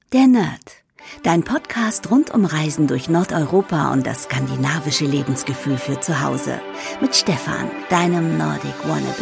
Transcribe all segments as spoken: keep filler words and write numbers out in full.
Der Nerd. Dein Podcast rund um Reisen durch Nordeuropa und das skandinavische Lebensgefühl für zu Hause. Mit Stefan, deinem Nordic Wannabe.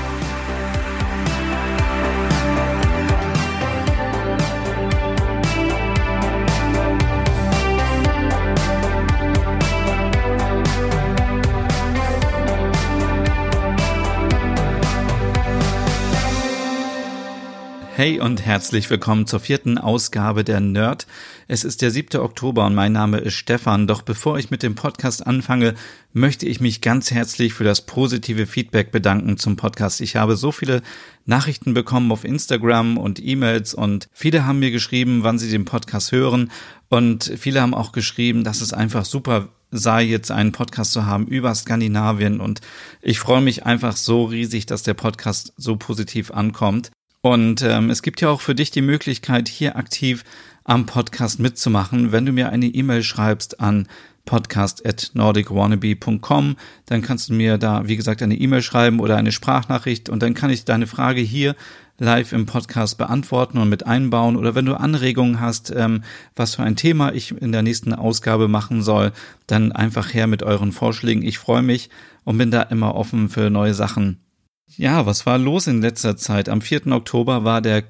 Hey und herzlich willkommen zur vierten Ausgabe der Nerd. Es ist der siebte Oktober und mein Name ist Stefan. Doch bevor ich mit dem Podcast anfange, möchte ich mich ganz herzlich für das positive Feedback bedanken zum Podcast. Ich habe so viele Nachrichten bekommen auf Instagram und E-Mails und viele haben mir geschrieben, wann sie den Podcast hören, und viele haben auch geschrieben, dass es einfach super sei, jetzt einen Podcast zu haben über Skandinavien, und ich freue mich einfach so riesig, dass der Podcast so positiv ankommt. Und ähm, es gibt ja auch für dich die Möglichkeit, hier aktiv am Podcast mitzumachen. Wenn du mir eine E-Mail schreibst an podcast at nordic wannabe punkt com, dann kannst du mir da, wie gesagt, eine E-Mail schreiben oder eine Sprachnachricht, und dann kann ich deine Frage hier live im Podcast beantworten und mit einbauen. Oder wenn du Anregungen hast, ähm, was für ein Thema ich in der nächsten Ausgabe machen soll, dann einfach her mit euren Vorschlägen. Ich freue mich und bin da immer offen für neue Sachen. Ja, was war los in letzter Zeit? Am vierten Oktober war der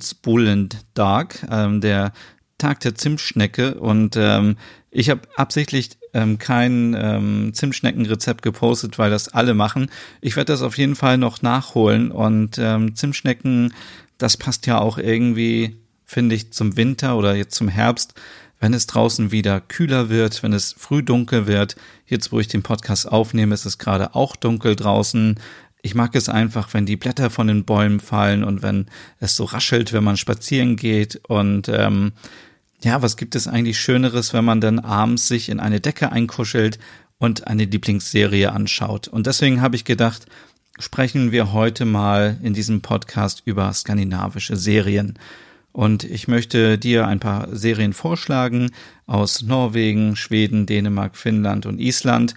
Kanelsbullentag, ähm, der Tag der Zimtschnecke, und ähm, ich habe absichtlich ähm, kein ähm, Zimtschneckenrezept gepostet, weil das alle machen. Ich werde das auf jeden Fall noch nachholen, und ähm, Zimtschnecken, das passt ja auch irgendwie, finde ich, zum Winter oder jetzt zum Herbst, wenn es draußen wieder kühler wird, wenn es früh dunkel wird. Jetzt, wo ich den Podcast aufnehme, ist es gerade auch dunkel draußen. Ich mag es einfach, wenn die Blätter von den Bäumen fallen und wenn es so raschelt, wenn man spazieren geht. Und ähm, ja, was gibt es eigentlich Schöneres, wenn man dann abends sich in eine Decke einkuschelt und eine Lieblingsserie anschaut? Und deswegen habe ich gedacht, sprechen wir heute mal in diesem Podcast über skandinavische Serien. Und ich möchte dir ein paar Serien vorschlagen aus Norwegen, Schweden, Dänemark, Finnland und Island.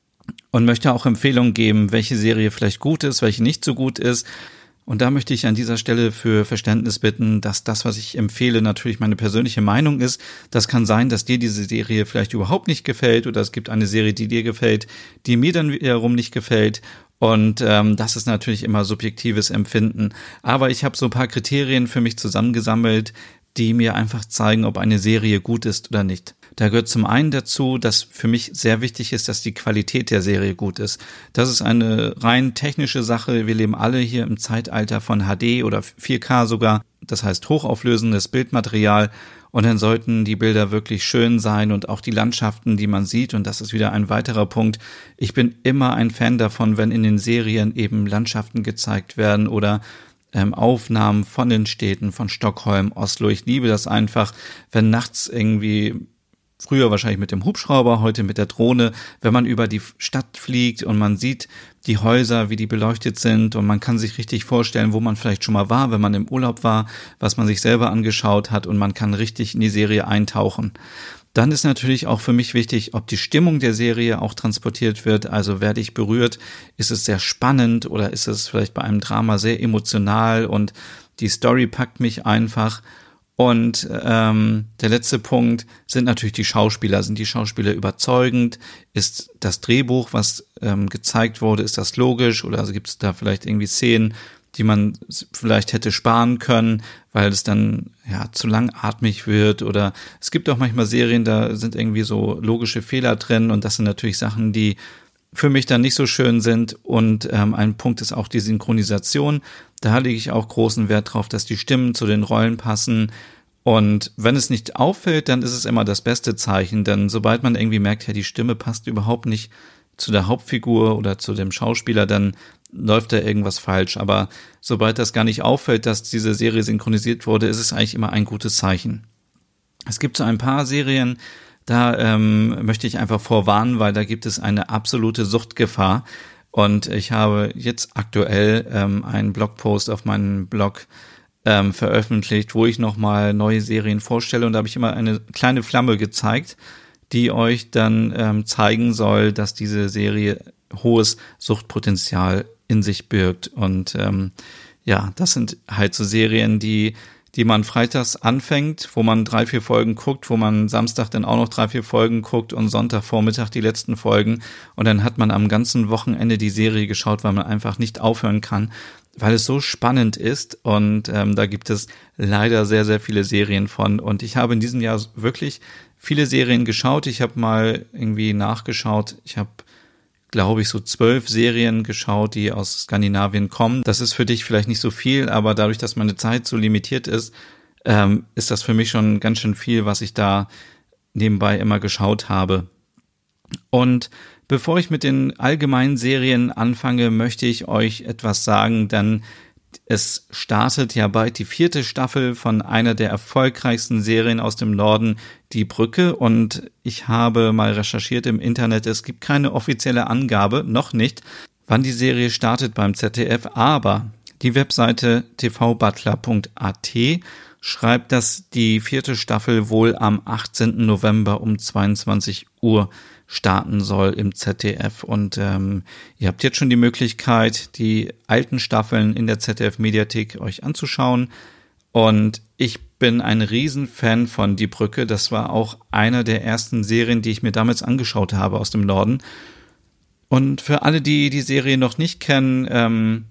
Und möchte auch Empfehlungen geben, welche Serie vielleicht gut ist, welche nicht so gut ist. Und da möchte ich an dieser Stelle für Verständnis bitten, dass das, was ich empfehle, natürlich meine persönliche Meinung ist. Das kann sein, dass dir diese Serie vielleicht überhaupt nicht gefällt, oder es gibt eine Serie, die dir gefällt, die mir dann wiederum nicht gefällt. Und ähm, das ist natürlich immer subjektives Empfinden. Aber ich habe so ein paar Kriterien für mich zusammengesammelt, die mir einfach zeigen, ob eine Serie gut ist oder nicht. Da gehört zum einen dazu, dass für mich sehr wichtig ist, dass die Qualität der Serie gut ist. Das ist eine rein technische Sache. Wir leben alle hier im Zeitalter von H D oder vier K sogar. Das heißt hochauflösendes Bildmaterial. Und dann sollten die Bilder wirklich schön sein und auch die Landschaften, die man sieht. Und das ist wieder ein weiterer Punkt. Ich bin immer ein Fan davon, wenn in den Serien eben Landschaften gezeigt werden oder Ähm, Aufnahmen von den Städten, von Stockholm, Oslo. Ich liebe das einfach, wenn nachts irgendwie, früher wahrscheinlich mit dem Hubschrauber, heute mit der Drohne, wenn man über die Stadt fliegt und man sieht die Häuser, wie die beleuchtet sind, und man kann sich richtig vorstellen, wo man vielleicht schon mal war, wenn man im Urlaub war, was man sich selber angeschaut hat, und man kann richtig in die Serie eintauchen. Dann ist natürlich auch für mich wichtig, ob die Stimmung der Serie auch transportiert wird. Also werde ich berührt? Ist es sehr spannend oder ist es vielleicht bei einem Drama sehr emotional und die Story packt mich einfach? Und ähm, der letzte Punkt sind natürlich die Schauspieler. Sind die Schauspieler überzeugend? Ist das Drehbuch, was ähm, gezeigt wurde, ist das logisch? Oder also gibt es da vielleicht irgendwie Szenen, die man vielleicht hätte sparen können, weil es dann ja zu langatmig wird? Oder es gibt auch manchmal Serien, da sind irgendwie so logische Fehler drin, und das sind natürlich Sachen, die für mich dann nicht so schön sind. Und ähm, ein Punkt ist auch die Synchronisation. Da lege ich auch großen Wert drauf, dass die Stimmen zu den Rollen passen. Und wenn es nicht auffällt, dann ist es immer das beste Zeichen, denn sobald man irgendwie merkt, ja, die Stimme passt überhaupt nicht zu der Hauptfigur oder zu dem Schauspieler, dann läuft da irgendwas falsch. Aber sobald das gar nicht auffällt, dass diese Serie synchronisiert wurde, ist es eigentlich immer ein gutes Zeichen. Es gibt so ein paar Serien, da ähm, möchte ich einfach vorwarnen, weil da gibt es eine absolute Suchtgefahr. Und ich habe jetzt aktuell ähm, einen Blogpost auf meinem Blog ähm, veröffentlicht, wo ich nochmal neue Serien vorstelle. Und da habe ich immer eine kleine Flamme gezeigt, die euch dann ähm, zeigen soll, dass diese Serie hohes Suchtpotenzial in sich birgt. Und ähm, ja, das sind halt so Serien, die die man freitags anfängt, wo man drei, vier Folgen guckt, wo man Samstag dann auch noch drei, vier Folgen guckt und Sonntagvormittag die letzten Folgen. Und dann hat man am ganzen Wochenende die Serie geschaut, weil man einfach nicht aufhören kann, weil es so spannend ist. Und ähm, da gibt es leider sehr, sehr viele Serien von. Und ich habe in diesem Jahr wirklich viele Serien geschaut. Ich habe mal irgendwie nachgeschaut. Ich habe, glaube ich, so zwölf Serien geschaut, die aus Skandinavien kommen. Das ist für dich vielleicht nicht so viel, aber dadurch, dass meine Zeit so limitiert ist, ähm, ist das für mich schon ganz schön viel, was ich da nebenbei immer geschaut habe. Und bevor ich mit den allgemeinen Serien anfange, möchte ich euch etwas sagen, denn es startet ja bald die vierte Staffel von einer der erfolgreichsten Serien aus dem Norden, Die Brücke. Und ich habe mal recherchiert im Internet, es gibt keine offizielle Angabe, noch nicht, wann die Serie startet beim Z D F. Aber die Webseite t v butler punkt a t schreibt, dass die vierte Staffel wohl am achtzehnten November um zweiundzwanzig Uhr starten soll im Z D F. Und ähm, ihr habt jetzt schon die Möglichkeit, die alten Staffeln in der Z D F-Mediathek euch anzuschauen. Und ich bin ein Riesenfan von Die Brücke. Das war auch einer der ersten Serien, die ich mir damals angeschaut habe aus dem Norden. Und für alle, die die Serie noch nicht kennen, ähm,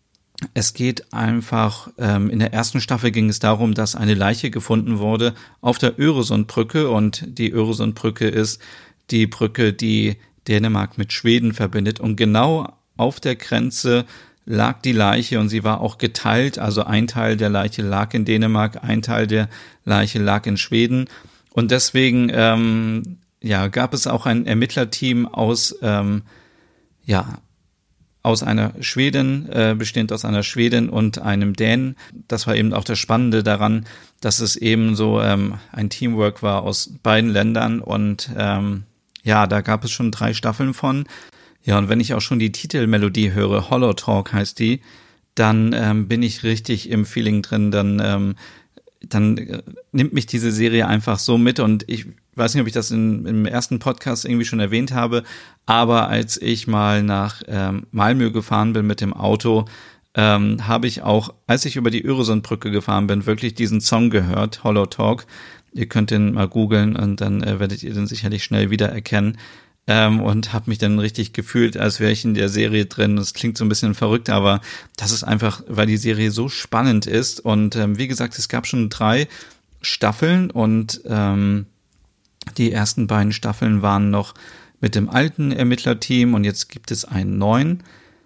es geht einfach, ähm, in der ersten Staffel ging es darum, dass eine Leiche gefunden wurde auf der Öresundbrücke. Und die Öresundbrücke ist die Brücke, die Dänemark mit Schweden verbindet. Und genau auf der Grenze lag die Leiche und sie war auch geteilt. Also ein Teil der Leiche lag in Dänemark, ein Teil der Leiche lag in Schweden. Und deswegen ähm, ja, gab es auch ein Ermittlerteam aus, ähm, ja, aus einer Schwedin, äh, bestehend aus einer Schwedin und einem Dänen. Das war eben auch das Spannende daran, dass es eben so ähm, ein Teamwork war aus beiden Ländern. Und ähm, ja, da gab es schon drei Staffeln von. Ja, und wenn ich auch schon die Titelmelodie höre, Hollow Talk heißt die, dann ähm, bin ich richtig im Feeling drin. Dann, ähm, dann äh, nimmt mich diese Serie einfach so mit. Und ich weiß nicht, ob ich das in, im ersten Podcast irgendwie schon erwähnt habe, aber als ich mal nach ähm, Malmö gefahren bin mit dem Auto, ähm, habe ich auch, als ich über die Öresundbrücke gefahren bin, wirklich diesen Song gehört, Hollow Talk. Ihr könnt den mal googeln und dann äh, werdet ihr den sicherlich schnell wiedererkennen. Ähm, und habe mich dann richtig gefühlt, als wäre ich in der Serie drin. Das klingt so ein bisschen verrückt, aber das ist einfach, weil die Serie so spannend ist. Und ähm, wie gesagt, es gab schon drei Staffeln und ähm, die ersten beiden Staffeln waren noch mit dem alten Ermittlerteam und jetzt gibt es einen neuen.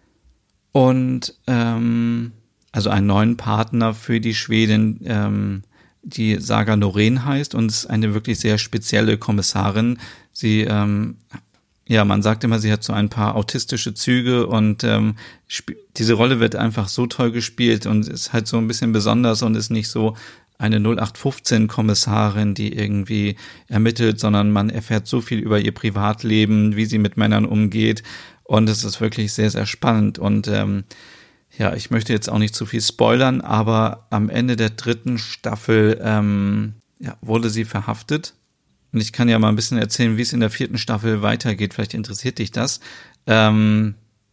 Und ähm, also einen neuen Partner für die Schwedin, ähm, die Saga Norén heißt und ist eine wirklich sehr spezielle Kommissarin. Sie, ähm, ja, man sagt immer, sie hat so ein paar autistische Züge und ähm, sp- diese Rolle wird einfach so toll gespielt und ist halt so ein bisschen besonders und ist nicht so eine null acht fünfzehn Kommissarin, die irgendwie ermittelt, sondern man erfährt so viel über ihr Privatleben, wie sie mit Männern umgeht und es ist wirklich sehr, sehr spannend und ähm, ja, ich möchte jetzt auch nicht zu viel spoilern, aber am Ende der dritten Staffel ähm, ja, wurde sie verhaftet. Und ich kann ja mal ein bisschen erzählen, wie es in der vierten Staffel weitergeht. Vielleicht interessiert dich das. Ähm,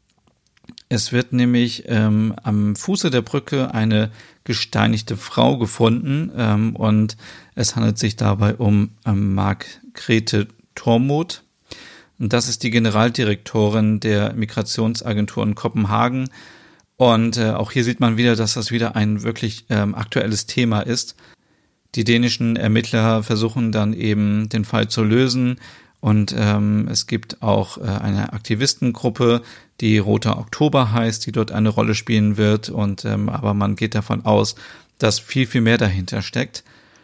es wird nämlich ähm, am Fuße der Brücke eine gesteinigte Frau gefunden ähm, und es handelt sich dabei um ähm, Margrethe Tormodt. Und das ist die Generaldirektorin der Migrationsagentur in Kopenhagen. Und äh, auch hier sieht man wieder, dass das wieder ein wirklich ähm, aktuelles Thema ist. Die dänischen Ermittler versuchen dann eben den Fall zu lösen und ähm, es gibt auch äh, eine Aktivistengruppe, die Roter Oktober heißt, die dort eine Rolle spielen wird und ähm, aber man geht davon aus, dass viel, viel mehr dahinter steckt.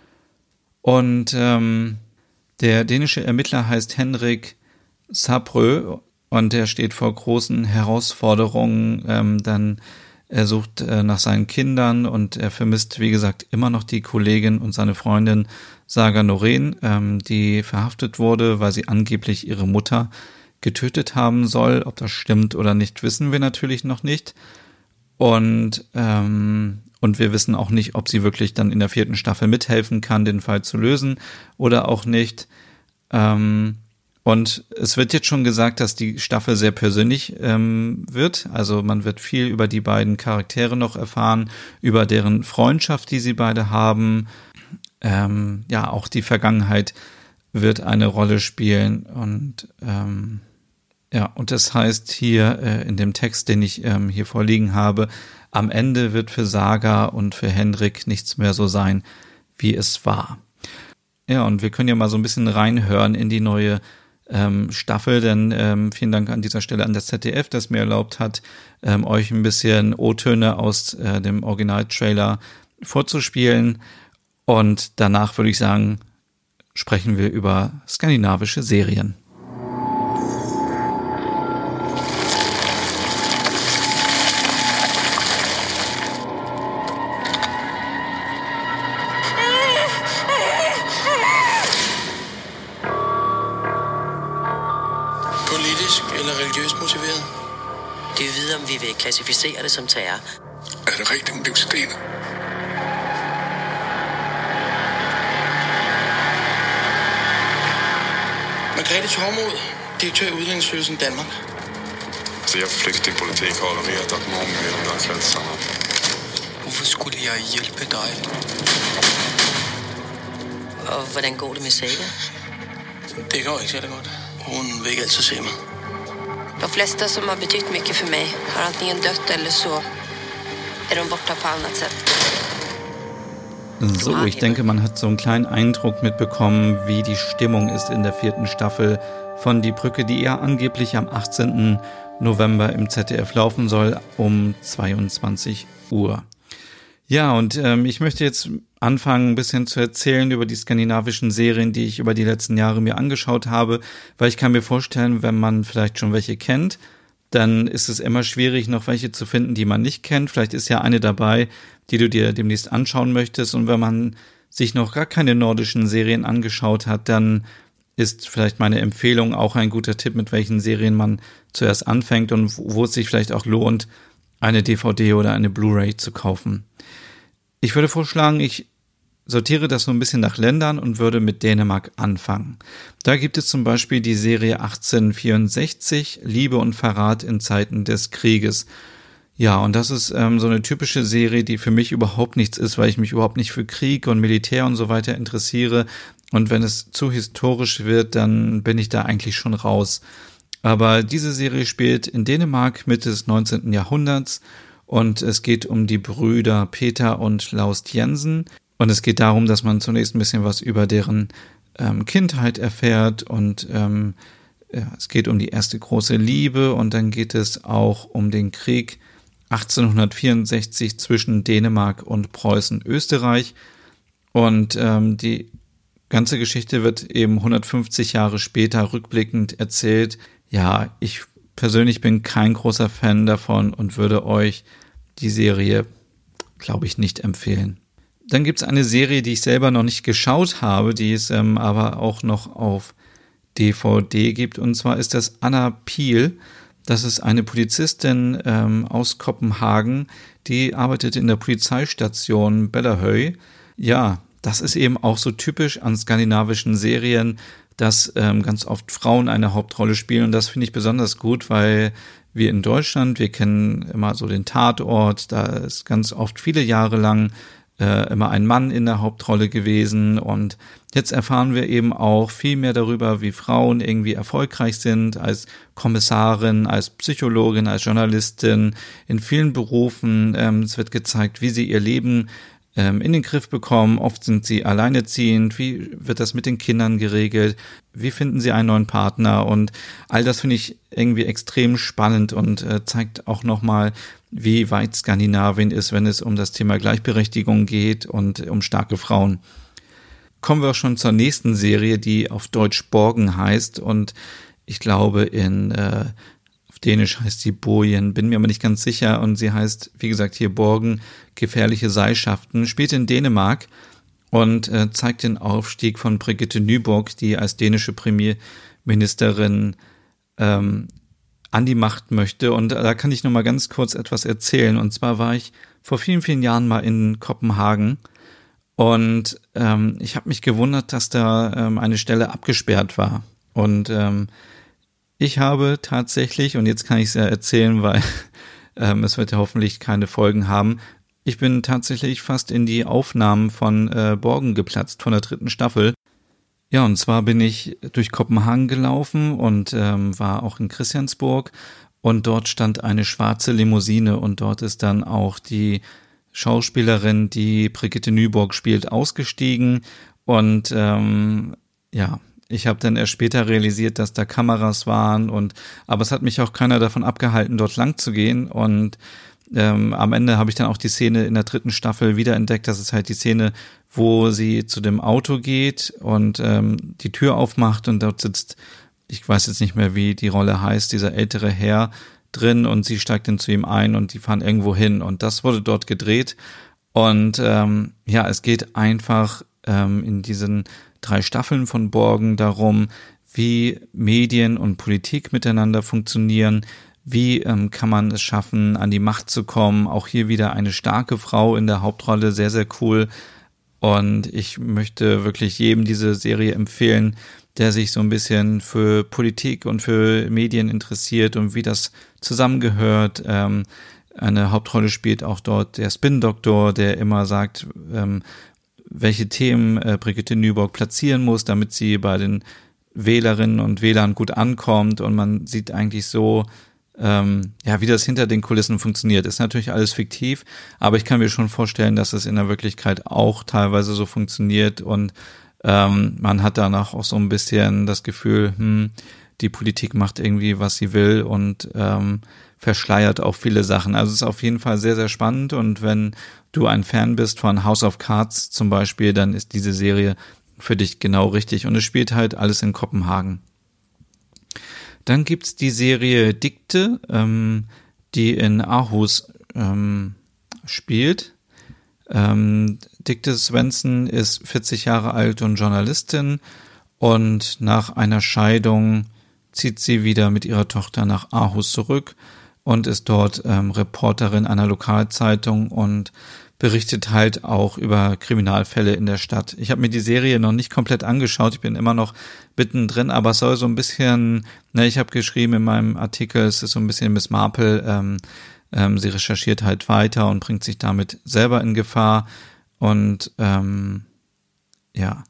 Und ähm, der dänische Ermittler heißt Henrik Sabrø und er steht vor großen Herausforderungen, ähm, dann er sucht äh, nach seinen Kindern und er vermisst, wie gesagt, immer noch die Kollegin und seine Freundin Saga Norén, ähm, die verhaftet wurde, weil sie angeblich ihre Mutter getötet haben soll. Ob das stimmt oder nicht, wissen wir natürlich noch nicht. Und ähm, und wir wissen auch nicht, ob sie wirklich dann in der vierten Staffel mithelfen kann, den Fall zu lösen oder auch nicht. Ähm, Und es wird jetzt schon gesagt, dass die Staffel sehr persönlich ähm, wird. Also man wird viel über die beiden Charaktere noch erfahren, über deren Freundschaft, die sie beide haben. Ähm, ja, auch die Vergangenheit wird eine Rolle spielen. Und ähm, ja, und das heißt hier äh, in dem Text, den ich ähm, hier vorliegen habe, am Ende wird für Saga und für Hendrik nichts mehr so sein, wie es war. Ja, und wir können ja mal so ein bisschen reinhören in die neue ähm, Staffel, denn ähm, vielen Dank an dieser Stelle an das Z D F, das mir erlaubt hat, ähm, euch ein bisschen O-Töne aus äh, dem Originaltrailer vorzuspielen. Und danach würde ich sagen, sprechen wir über skandinavische Serien. Politisk eller religiøst motiveret? Det er vide, om vi vil klassificere det som terror. Er det rigtigt, hun blev stenet? Margrethe Tormod, direktør i Udlændingsstyrelsen Danmark. Så jeg flygtningepolitik har alarmerat många i de där kretsarna. Hvorfor skulle jeg hjælpe dig? Og hvordan går det med Saga? Det går ikke særlig godt. Hun vil ikke altid se mig. De flesta som har betytt mycket för mig har antingen dött eller så är de borta på annat sätt. So, ich denke, man hat so einen kleinen Eindruck mitbekommen, wie die Stimmung ist in der vierten Staffel von Die Brücke, die ja angeblich am achtzehnten November im Z D F laufen soll, um zweiundzwanzig Uhr. Ja, und ähm, ich möchte jetzt anfangen, ein bisschen zu erzählen über die skandinavischen Serien, die ich über die letzten Jahre mir angeschaut habe, weil ich kann mir vorstellen, wenn man vielleicht schon welche kennt, dann ist es immer schwierig, noch welche zu finden, die man nicht kennt. Vielleicht ist ja eine dabei, die du dir demnächst anschauen möchtest. Und wenn man sich noch gar keine nordischen Serien angeschaut hat, dann ist vielleicht meine Empfehlung auch ein guter Tipp, mit welchen Serien man zuerst anfängt und wo es sich vielleicht auch lohnt, eine D V D oder eine Blu-ray zu kaufen. Ich würde vorschlagen, ich sortiere das so ein bisschen nach Ländern und würde mit Dänemark anfangen. Da gibt es zum Beispiel die Serie achtzehnhundertvierundsechzig, Liebe und Verrat in Zeiten des Krieges. Ja, und das ist ähm, so eine typische Serie, die für mich überhaupt nichts ist, weil ich mich überhaupt nicht für Krieg und Militär und so weiter interessiere. Und wenn es zu historisch wird, dann bin ich da eigentlich schon raus. Aber diese Serie spielt in Dänemark Mitte des neunzehnten Jahrhunderts und es geht um die Brüder Peter und Laust Jensen. Und es geht darum, dass man zunächst ein bisschen was über deren ähm, Kindheit erfährt und ähm, ja, es geht um die erste große Liebe und dann geht es auch um den Krieg achtzehnhundertvierundsechzig zwischen Dänemark und Preußen-Österreich. Und ähm, die ganze Geschichte wird eben hundertfünfzig Jahre später rückblickend erzählt. Ja, ich persönlich bin kein großer Fan davon und würde euch die Serie, glaube ich, nicht empfehlen. Dann gibt es eine Serie, die ich selber noch nicht geschaut habe, die es ähm, aber auch noch auf D V D gibt. Und zwar ist das Anna Pihl. Das ist eine Polizistin ähm, aus Kopenhagen, die arbeitet in der Polizeistation Bellahøy. Ja, das ist eben auch so typisch an skandinavischen Serien, dass ähm, ganz oft Frauen eine Hauptrolle spielen. Und das finde ich besonders gut, weil wir in Deutschland, wir kennen immer so den Tatort, da ist ganz oft viele Jahre lang äh, immer ein Mann in der Hauptrolle gewesen. Und jetzt erfahren wir eben auch viel mehr darüber, wie Frauen irgendwie erfolgreich sind als Kommissarin, als Psychologin, als Journalistin, in vielen Berufen. Ähm, es wird gezeigt, wie sie ihr Leben ähm, in den Griff bekommen. Oft sind sie alleinerziehend. Wie wird das mit den Kindern geregelt? Wie finden sie einen neuen Partner? Und all das finde ich irgendwie extrem spannend und äh, zeigt auch nochmal, wie weit Skandinavien ist, wenn es um das Thema Gleichberechtigung geht und um starke Frauen. Kommen wir auch schon zur nächsten Serie, die auf Deutsch Borgen heißt und ich glaube in äh, auf Dänisch heißt sie Bojen, bin mir aber nicht ganz sicher und sie heißt, wie gesagt, hier Borgen, gefährliche Seilschaften, spielt in Dänemark und äh, zeigt den Aufstieg von Brigitte Nyborg, die als dänische Premierministerin ähm, an die Macht möchte und da kann ich noch mal ganz kurz etwas erzählen und zwar war ich vor vielen, vielen Jahren mal in Kopenhagen. Und ähm, ich habe mich gewundert, dass da ähm, eine Stelle abgesperrt war. Und ähm, ich habe tatsächlich, und jetzt kann ich es ja erzählen, weil ähm, es wird ja hoffentlich keine Folgen haben, ich bin tatsächlich fast in die Aufnahmen von äh, Borgen geplatzt, von der dritten Staffel. Ja, und zwar bin ich durch Kopenhagen gelaufen und ähm, war auch in Christiansborg und dort stand eine schwarze Limousine und dort ist dann auch die Schauspielerin, die Brigitte Nyborg spielt, ausgestiegen und ähm, ja, ich habe dann erst später realisiert, dass da Kameras waren und aber es hat mich auch keiner davon abgehalten, dort lang zu gehen und ähm, am Ende habe ich dann auch die Szene in der dritten Staffel wiederentdeckt. Das ist halt die Szene, wo sie zu dem Auto geht und ähm, die Tür aufmacht und dort sitzt, ich weiß jetzt nicht mehr, wie die Rolle heißt, dieser ältere Herr drin und sie steigt dann zu ihm ein und die fahren irgendwo hin und das wurde dort gedreht und ähm, ja, es geht einfach ähm, in diesen drei Staffeln von Borgen darum, wie Medien und Politik miteinander funktionieren, wie ähm, kann man es schaffen, an die Macht zu kommen, auch hier wieder eine starke Frau in der Hauptrolle, sehr, sehr cool und ich möchte wirklich jedem diese Serie empfehlen, der sich so ein bisschen für Politik und für Medien interessiert und wie das zusammengehört. Ähm, eine Hauptrolle spielt auch dort der Spin-Doktor, der immer sagt, ähm, welche Themen äh, Brigitte Nyborg platzieren muss, damit sie bei den Wählerinnen und Wählern gut ankommt und man sieht eigentlich so, ähm, ja, wie das hinter den Kulissen funktioniert. Ist natürlich alles fiktiv, aber ich kann mir schon vorstellen, dass es in der Wirklichkeit auch teilweise so funktioniert und ähm, man hat danach auch so ein bisschen das Gefühl, hm, die Politik macht irgendwie, was sie will und ähm, verschleiert auch viele Sachen. Also es ist auf jeden Fall sehr, sehr spannend und wenn du ein Fan bist von House of Cards zum Beispiel, dann ist diese Serie für dich genau richtig und es spielt halt alles in Kopenhagen. Dann gibt's die Serie Dicte, ähm, die in Aarhus ähm, spielt. Ähm, Dicte Svensson ist vierzig Jahre alt und Journalistin und nach einer Scheidung zieht sie wieder mit ihrer Tochter nach Aarhus zurück und ist dort ähm, Reporterin einer Lokalzeitung und berichtet halt auch über Kriminalfälle in der Stadt. Ich habe mir die Serie noch nicht komplett angeschaut, ich bin immer noch mittendrin, aber es soll so ein bisschen, ne, ich habe geschrieben in meinem Artikel, es ist so ein bisschen Miss Marple, ähm, ähm, sie recherchiert halt weiter und bringt sich damit selber in Gefahr und ähm, ja,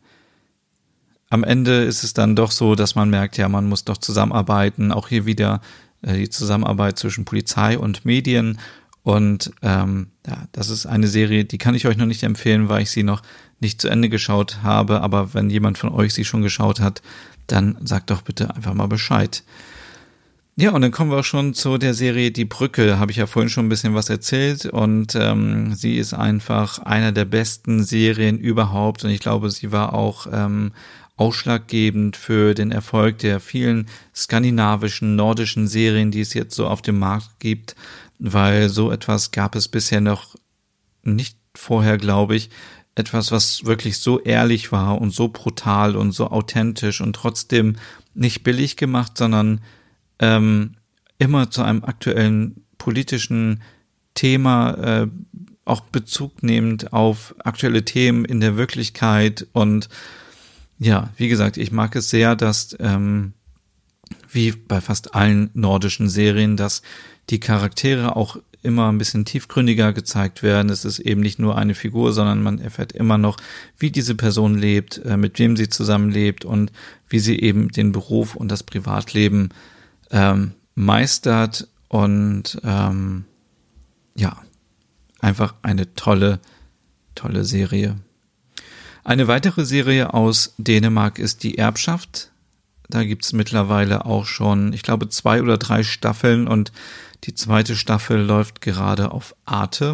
am Ende ist es dann doch so, dass man merkt, ja, man muss doch zusammenarbeiten, auch hier wieder äh, die Zusammenarbeit zwischen Polizei und Medien. Und ähm, ja, das ist eine Serie, die kann ich euch noch nicht empfehlen, weil ich sie noch nicht zu Ende geschaut habe. Aber wenn jemand von euch sie schon geschaut hat, dann sagt doch bitte einfach mal Bescheid. Ja, und dann kommen wir auch schon zu der Serie Die Brücke. Habe ich ja vorhin schon ein bisschen was erzählt. Und ähm, sie ist einfach einer der besten Serien überhaupt. Und ich glaube, sie war auch ähm, ausschlaggebend für den Erfolg der vielen skandinavischen, nordischen Serien, die es jetzt so auf dem Markt gibt. Weil so etwas gab es bisher noch nicht vorher, glaube ich. Etwas, was wirklich so ehrlich war und so brutal und so authentisch und trotzdem nicht billig gemacht, sondern ähm, immer zu einem aktuellen politischen Thema, äh, auch Bezug nehmend auf aktuelle Themen in der Wirklichkeit. Und ja, wie gesagt, ich mag es sehr, dass ähm, wie bei fast allen nordischen Serien, dass die Charaktere auch immer ein bisschen tiefgründiger gezeigt werden. Es ist eben nicht nur eine Figur, sondern man erfährt immer noch, wie diese Person lebt, mit wem sie zusammenlebt und wie sie eben den Beruf und das Privatleben ähm, meistert. Und ähm, ja, einfach eine tolle, tolle Serie. Eine weitere Serie aus Dänemark ist Die Erbschaft. Da gibt's mittlerweile auch schon, ich glaube, zwei oder drei Staffeln und die zweite Staffel läuft gerade auf Arte.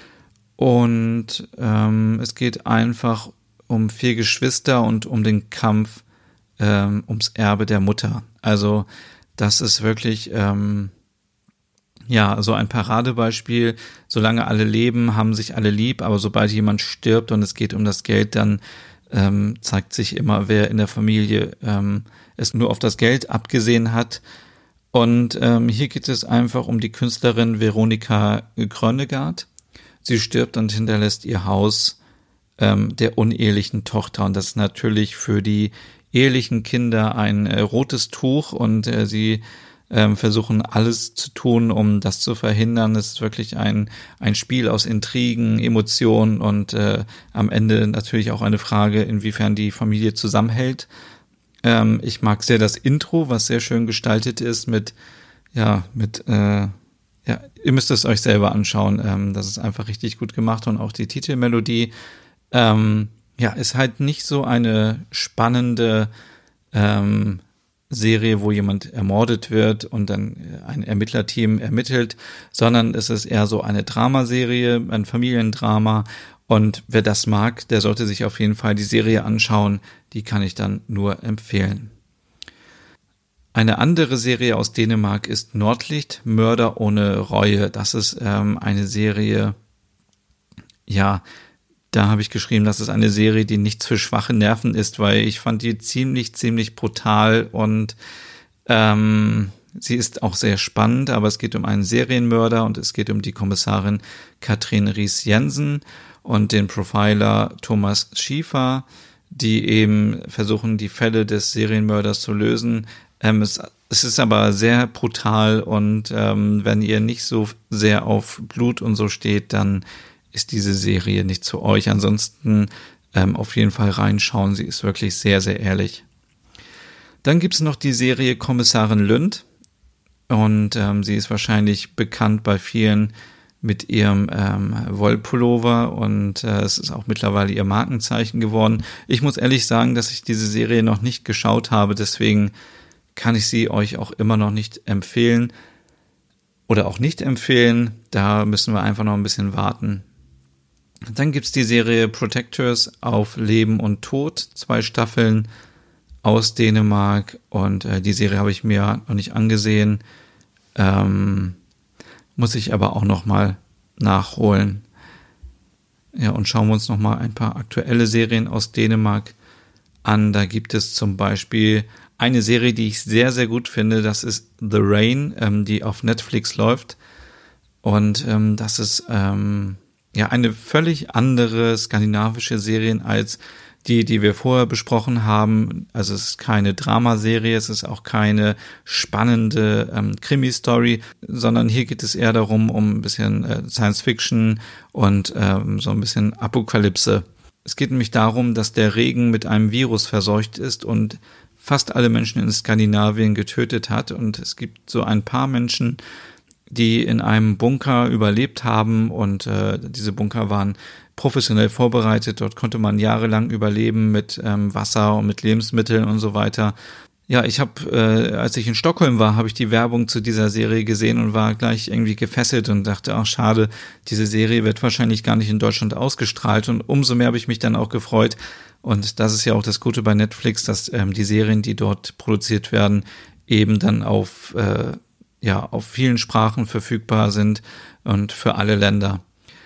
Und ähm, es geht einfach um vier Geschwister und um den Kampf ähm, ums Erbe der Mutter. Also das ist wirklich ähm, ja so ein Paradebeispiel. Solange alle leben, haben sich alle lieb, aber sobald jemand stirbt und es geht um das Geld, dann ähm, zeigt sich immer, wer in der Familie ähm, es nur auf das Geld abgesehen hat. Und ähm, hier geht es einfach um die Künstlerin Veronika Grønnegaard. Sie stirbt und hinterlässt ihr Haus ähm, der unehelichen Tochter. Und das ist natürlich für die ehelichen Kinder ein äh, rotes Tuch und äh, sie ähm, versuchen alles zu tun, um das zu verhindern. Es ist wirklich ein ein Spiel aus Intrigen, Emotionen und äh, am Ende natürlich auch eine Frage, inwiefern die Familie zusammenhält. Ähm, ich mag sehr das Intro, was sehr schön gestaltet ist mit, ja, mit, äh, ja, ihr müsst es euch selber anschauen. Ähm, das ist einfach richtig gut gemacht und auch die Titelmelodie, ähm, ja, ist halt nicht so eine spannende ähm, Serie, wo jemand ermordet wird und dann ein Ermittlerteam ermittelt, sondern es ist eher so eine Dramaserie, ein Familiendrama. Und wer das mag, der sollte sich auf jeden Fall die Serie anschauen. Die kann ich dann nur empfehlen. Eine andere Serie aus Dänemark ist Nordlicht, Mörder ohne Reue. Das ist ähm, eine Serie, ja, da habe ich geschrieben, das ist eine Serie, die nichts für schwache Nerven ist, weil ich fand die ziemlich, ziemlich brutal und ähm, sie ist auch sehr spannend, aber es geht um einen Serienmörder und es geht um die Kommissarin Katrin Ries Jensen und den Profiler Thomas Schiefer, die eben versuchen, die Fälle des Serienmörders zu lösen. Ähm, es, es ist aber sehr brutal und ähm, wenn ihr nicht so sehr auf Blut und so steht, dann ist diese Serie nicht zu euch. Ansonsten ähm, auf jeden Fall reinschauen, sie ist wirklich sehr, sehr ehrlich. Dann gibt es noch die Serie Kommissarin Lünd und ähm, sie ist wahrscheinlich bekannt bei vielen mit ihrem ähm, Wollpullover und äh, es ist auch mittlerweile ihr Markenzeichen geworden. Ich muss ehrlich sagen, dass ich diese Serie noch nicht geschaut habe, deswegen kann ich sie euch auch immer noch nicht empfehlen oder auch nicht empfehlen. Da müssen wir einfach noch ein bisschen warten. Dann gibt's die Serie Protectors auf Leben und Tod, zwei Staffeln aus Dänemark und äh, die Serie habe ich mir noch nicht angesehen, ähm, muss ich aber auch noch mal nachholen. Ja, und schauen wir uns noch mal ein paar aktuelle Serien aus Dänemark an. Da gibt es zum Beispiel eine Serie, die ich sehr, sehr gut finde, das ist The Rain, ähm, die auf Netflix läuft und ähm, das ist ähm, ja eine völlig andere skandinavische Serie als die, die wir vorher besprochen haben. Also es ist keine Dramaserie, es ist auch keine spannende ähm, Krimi-Story, sondern hier geht es eher darum, um ein bisschen äh, Science-Fiction und ähm, so ein bisschen Apokalypse. Es geht nämlich darum, dass der Regen mit einem Virus verseucht ist und fast alle Menschen in Skandinavien getötet hat. Und es gibt so ein paar Menschen, die in einem Bunker überlebt haben und äh, diese Bunker waren professionell vorbereitet. Dort konnte man jahrelang überleben mit ähm, Wasser und mit Lebensmitteln und so weiter. Ja, ich habe, äh, als ich in Stockholm war, habe ich die Werbung zu dieser Serie gesehen und war gleich irgendwie gefesselt und dachte, ach schade, diese Serie wird wahrscheinlich gar nicht in Deutschland ausgestrahlt. Und umso mehr habe ich mich dann auch gefreut. Und das ist ja auch das Gute bei Netflix, dass ähm, die Serien, die dort produziert werden, eben dann auf äh, ja auf vielen Sprachen verfügbar sind und für alle Länder.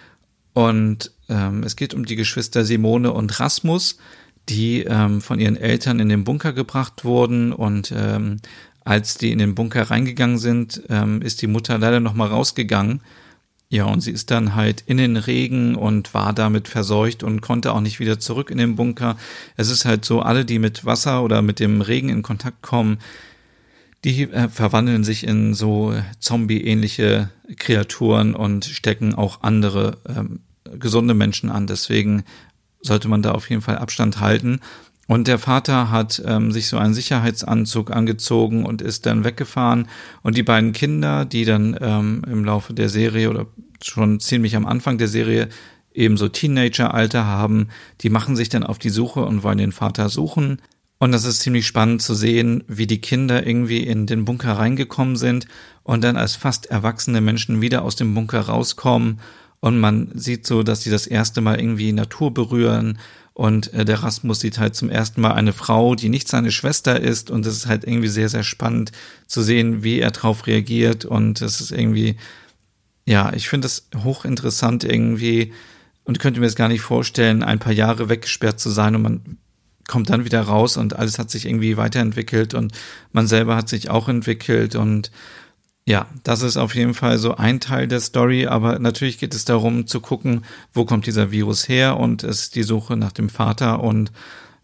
Und ähm, es geht um die Geschwister Simone und Rasmus, die ähm, von ihren Eltern in den Bunker gebracht wurden. Und ähm, als die in den Bunker reingegangen sind, ähm, ist die Mutter leider noch mal rausgegangen. Ja, und sie ist dann halt in den Regen und war damit verseucht und konnte auch nicht wieder zurück in den Bunker. Es ist halt so, alle, die mit Wasser oder mit dem Regen in Kontakt kommen, die äh, verwandeln sich in so Zombie-ähnliche Kreaturen und stecken auch andere ähm, gesunde Menschen an. Deswegen sollte man da auf jeden Fall Abstand halten. Und der Vater hat ähm, sich so einen Sicherheitsanzug angezogen und ist dann weggefahren. Und die beiden Kinder, die dann ähm, im Laufe der Serie oder schon ziemlich am Anfang der Serie eben so Teenager-Alter haben, die machen sich dann auf die Suche und wollen den Vater suchen. Und das ist ziemlich spannend zu sehen, wie die Kinder irgendwie in den Bunker reingekommen sind und dann als fast erwachsene Menschen wieder aus dem Bunker rauskommen. Und man sieht so, dass sie das erste Mal irgendwie Natur berühren. Und äh, der Rasmus sieht halt zum ersten Mal eine Frau, die nicht seine Schwester ist. Und es ist halt irgendwie sehr, sehr spannend zu sehen, wie er drauf reagiert. Und es ist irgendwie, ja, ich finde es hochinteressant irgendwie und könnte mir es gar nicht vorstellen, ein paar Jahre weggesperrt zu sein und man kommt dann wieder raus und alles hat sich irgendwie weiterentwickelt und man selber hat sich auch entwickelt und ja, das ist auf jeden Fall so ein Teil der Story, aber natürlich geht es darum zu gucken, wo kommt dieser Virus her und es ist die Suche nach dem Vater und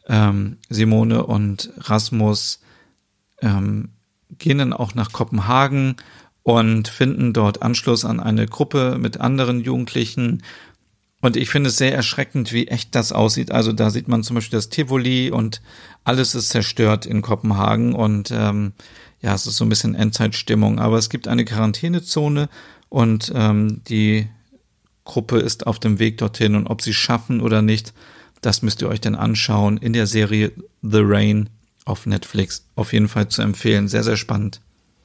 Ähm, Simone und Rasmus ähm, gehen dann auch nach Kopenhagen und finden dort Anschluss an eine Gruppe mit anderen Jugendlichen. Und ich finde es sehr erschreckend, wie echt das aussieht. Also da sieht man zum Beispiel das Tivoli und alles ist zerstört in Kopenhagen. Und ähm, ja, es ist so ein bisschen Endzeitstimmung. Aber es gibt eine Quarantänezone und ähm, die Gruppe ist auf dem Weg dorthin. Und ob sie es schaffen oder nicht, das müsst ihr euch dann anschauen in der Serie The Rain auf Netflix. Auf jeden Fall zu empfehlen. Sehr, sehr spannend.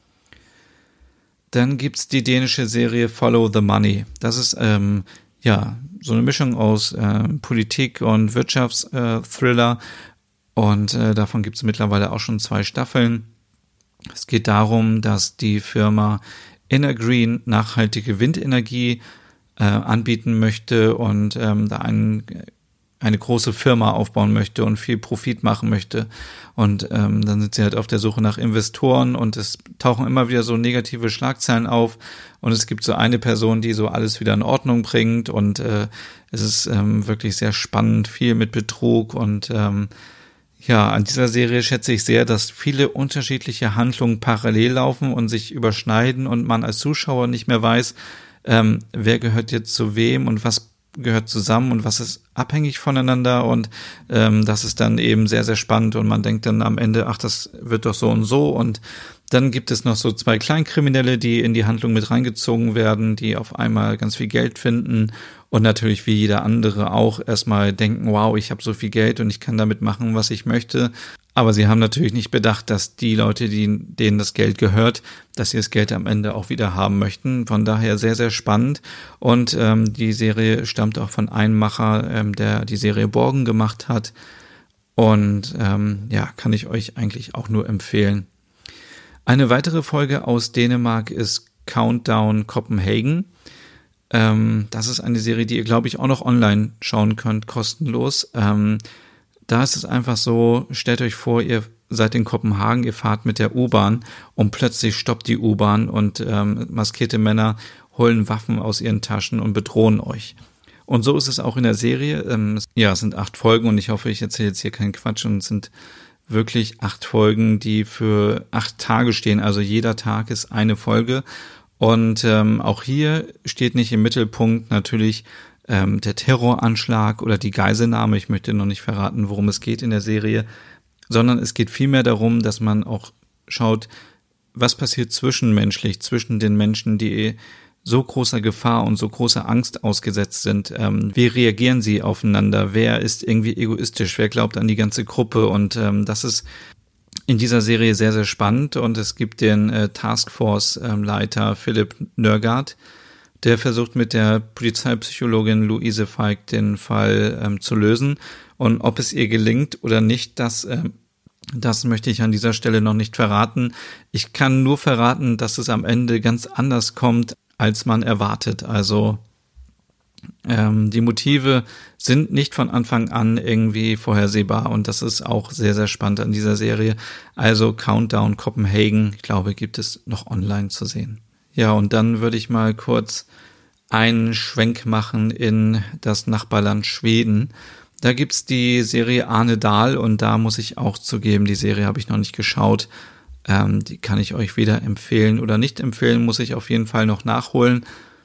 Dann gibt's die dänische Serie Follow the Money. Das ist ähm, ja so eine Mischung aus äh, Politik und Wirtschaftsthriller. Und äh, davon gibt's mittlerweile auch schon zwei Staffeln. Es geht darum, dass die Firma Innergreen nachhaltige Windenergie äh, anbieten möchte und ähm, da einen eine große Firma aufbauen möchte und viel Profit machen möchte. Und ähm, dann sind sie halt auf der Suche nach Investoren und es tauchen immer wieder so negative Schlagzeilen auf und es gibt so eine Person, die so alles wieder in Ordnung bringt und äh, es ist ähm, wirklich sehr spannend, viel mit Betrug und ähm, ja, an dieser Serie schätze ich sehr, dass viele unterschiedliche Handlungen parallel laufen und sich überschneiden und man als Zuschauer nicht mehr weiß, ähm, wer gehört jetzt zu wem und was gehört zusammen und was ist abhängig voneinander und ähm, das ist dann eben sehr, sehr spannend und man denkt dann am Ende, ach, das wird doch so und so und dann gibt es noch so zwei Kleinkriminelle, die in die Handlung mit reingezogen werden, die auf einmal ganz viel Geld finden und natürlich wie jeder andere auch erstmal denken, wow, ich habe so viel Geld und ich kann damit machen, was ich möchte. Aber sie haben natürlich nicht bedacht, dass die Leute, die, denen das Geld gehört, dass sie das Geld am Ende auch wieder haben möchten. Von daher sehr, sehr spannend. Und ähm, die Serie stammt auch von einem Macher, ähm, der die Serie Borgen gemacht hat. Und ähm, ja, kann ich euch eigentlich auch nur empfehlen. Eine weitere Folge aus Dänemark ist Countdown Copenhagen. Ähm, das ist eine Serie, die ihr, glaube ich, auch noch online schauen könnt, kostenlos. Ähm, Da ist es einfach so, stellt euch vor, ihr seid in Kopenhagen, ihr fahrt mit der U-Bahn und plötzlich stoppt die U-Bahn und ähm, maskierte Männer holen Waffen aus ihren Taschen und bedrohen euch. Und so ist es auch in der Serie. Ähm, ja, es sind acht Folgen und ich hoffe, ich erzähle jetzt hier keinen Quatsch und es sind wirklich acht Folgen, die für acht Tage stehen. Also jeder Tag ist eine Folge und ähm, auch hier steht nicht im Mittelpunkt natürlich Ähm, der Terroranschlag oder die Geiselnahme, ich möchte noch nicht verraten, worum es geht in der Serie, sondern es geht vielmehr darum, dass man auch schaut, was passiert zwischenmenschlich, zwischen den Menschen, die so großer Gefahr und so großer Angst ausgesetzt sind. Ähm, wie reagieren sie aufeinander? Wer ist irgendwie egoistisch? Wer glaubt an die ganze Gruppe? Und ähm, das ist in dieser Serie sehr, sehr spannend und es gibt den äh, Taskforce-Leiter Philipp Nørgaard, der versucht mit der Polizeipsychologin Louise Falk den Fall ähm, zu lösen. Und ob es ihr gelingt oder nicht, das, ähm, das möchte ich an dieser Stelle noch nicht verraten. Ich kann nur verraten, dass es am Ende ganz anders kommt, als man erwartet. Also ähm, die Motive sind nicht von Anfang an irgendwie vorhersehbar und das ist auch sehr, sehr spannend an dieser Serie. Also Countdown Copenhagen, ich glaube, gibt es noch online zu sehen. Ja, und dann würde ich mal kurz einen Schwenk machen in das Nachbarland Schweden. Da gibt's die Serie Arne Dahl und da muss ich auch zugeben, die Serie habe ich noch nicht geschaut. Ähm, die kann ich euch weder empfehlen oder nicht empfehlen, muss ich auf jeden Fall noch nachholen.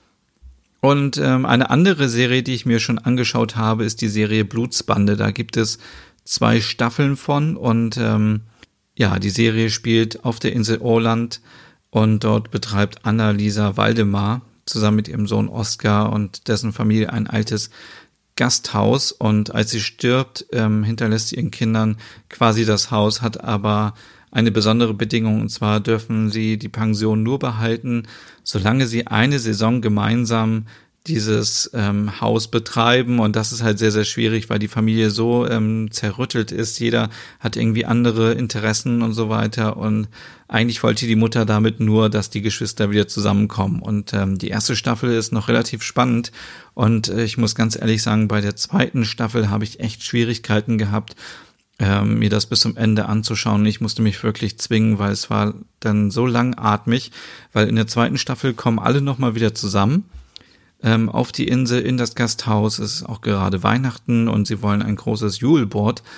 Und ähm, eine andere Serie, die ich mir schon angeschaut habe, ist die Serie Blutsbande. Da gibt es zwei Staffeln von und ähm, ja, die Serie spielt auf der Insel Åland. Und dort betreibt Anna-Lisa Waldemar zusammen mit ihrem Sohn Oskar und dessen Familie ein altes Gasthaus. Und als sie stirbt, ähm, hinterlässt sie ihren Kindern quasi das Haus, hat aber eine besondere Bedingung. Und zwar dürfen sie die Pension nur behalten, solange sie eine Saison gemeinsam dieses ähm, Haus betreiben. Und das ist halt sehr, sehr schwierig, weil die Familie so ähm, zerrüttelt ist. Jeder hat irgendwie andere Interessen und so weiter. Und eigentlich wollte die Mutter damit nur, dass die Geschwister wieder zusammenkommen. Und ähm, die erste Staffel ist noch relativ spannend. Und äh, ich muss ganz ehrlich sagen, bei der zweiten Staffel habe ich echt Schwierigkeiten gehabt, ähm, mir das bis zum Ende anzuschauen. Ich musste mich wirklich zwingen, weil es war dann so langatmig. Weil in der zweiten Staffel kommen alle nochmal wieder zusammen auf die Insel, in das Gasthaus. Es ist auch gerade Weihnachten und sie wollen ein großes Juleboard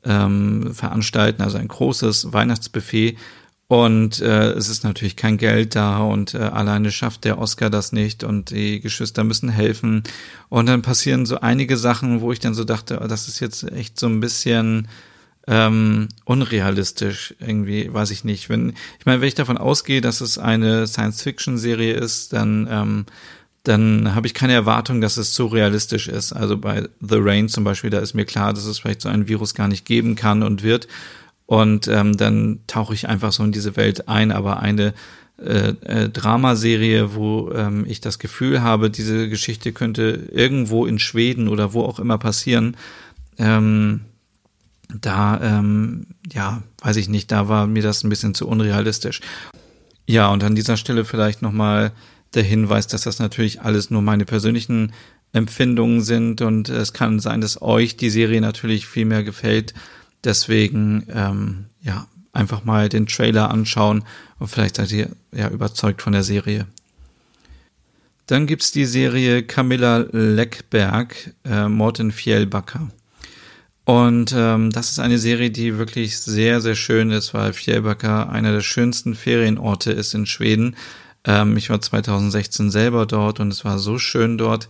ähm, veranstalten, also ein großes Weihnachtsbuffet. Und äh, es ist natürlich kein Geld da und äh, alleine schafft der Oscar das nicht und die Geschwister müssen helfen. Und dann passieren so einige Sachen, wo ich dann so dachte, oh, das ist jetzt echt so ein bisschen ähm, unrealistisch irgendwie, weiß ich nicht. Wenn ich meine, wenn ich davon ausgehe, dass es eine Science-Fiction-Serie ist, dann ähm, dann habe ich keine Erwartung, dass es so realistisch ist. Also bei The Rain zum Beispiel, da ist mir klar, dass es vielleicht so ein Virus gar nicht geben kann und wird. Und ähm, dann tauche ich einfach so in diese Welt ein. Aber eine äh, äh, Dramaserie, wo ähm, ich das Gefühl habe, diese Geschichte könnte irgendwo in Schweden oder wo auch immer passieren, ähm, da, ähm, ja, weiß ich nicht, da war mir das ein bisschen zu unrealistisch. Ja, und an dieser Stelle vielleicht nochmal der Hinweis, dass das natürlich alles nur meine persönlichen Empfindungen sind und es kann sein, dass euch die Serie natürlich viel mehr gefällt. Deswegen, ähm, ja, einfach mal den Trailer anschauen und vielleicht seid ihr ja überzeugt von der Serie. Dann gibt's die Serie Camilla Läckberg, äh, Mord in Fjällbacka. Und ähm, das ist eine Serie, die wirklich sehr, sehr schön ist, weil Fjällbacka einer der schönsten Ferienorte ist in Schweden. Ähm, ich war zwanzig sechzehn selber dort und es war so schön dort.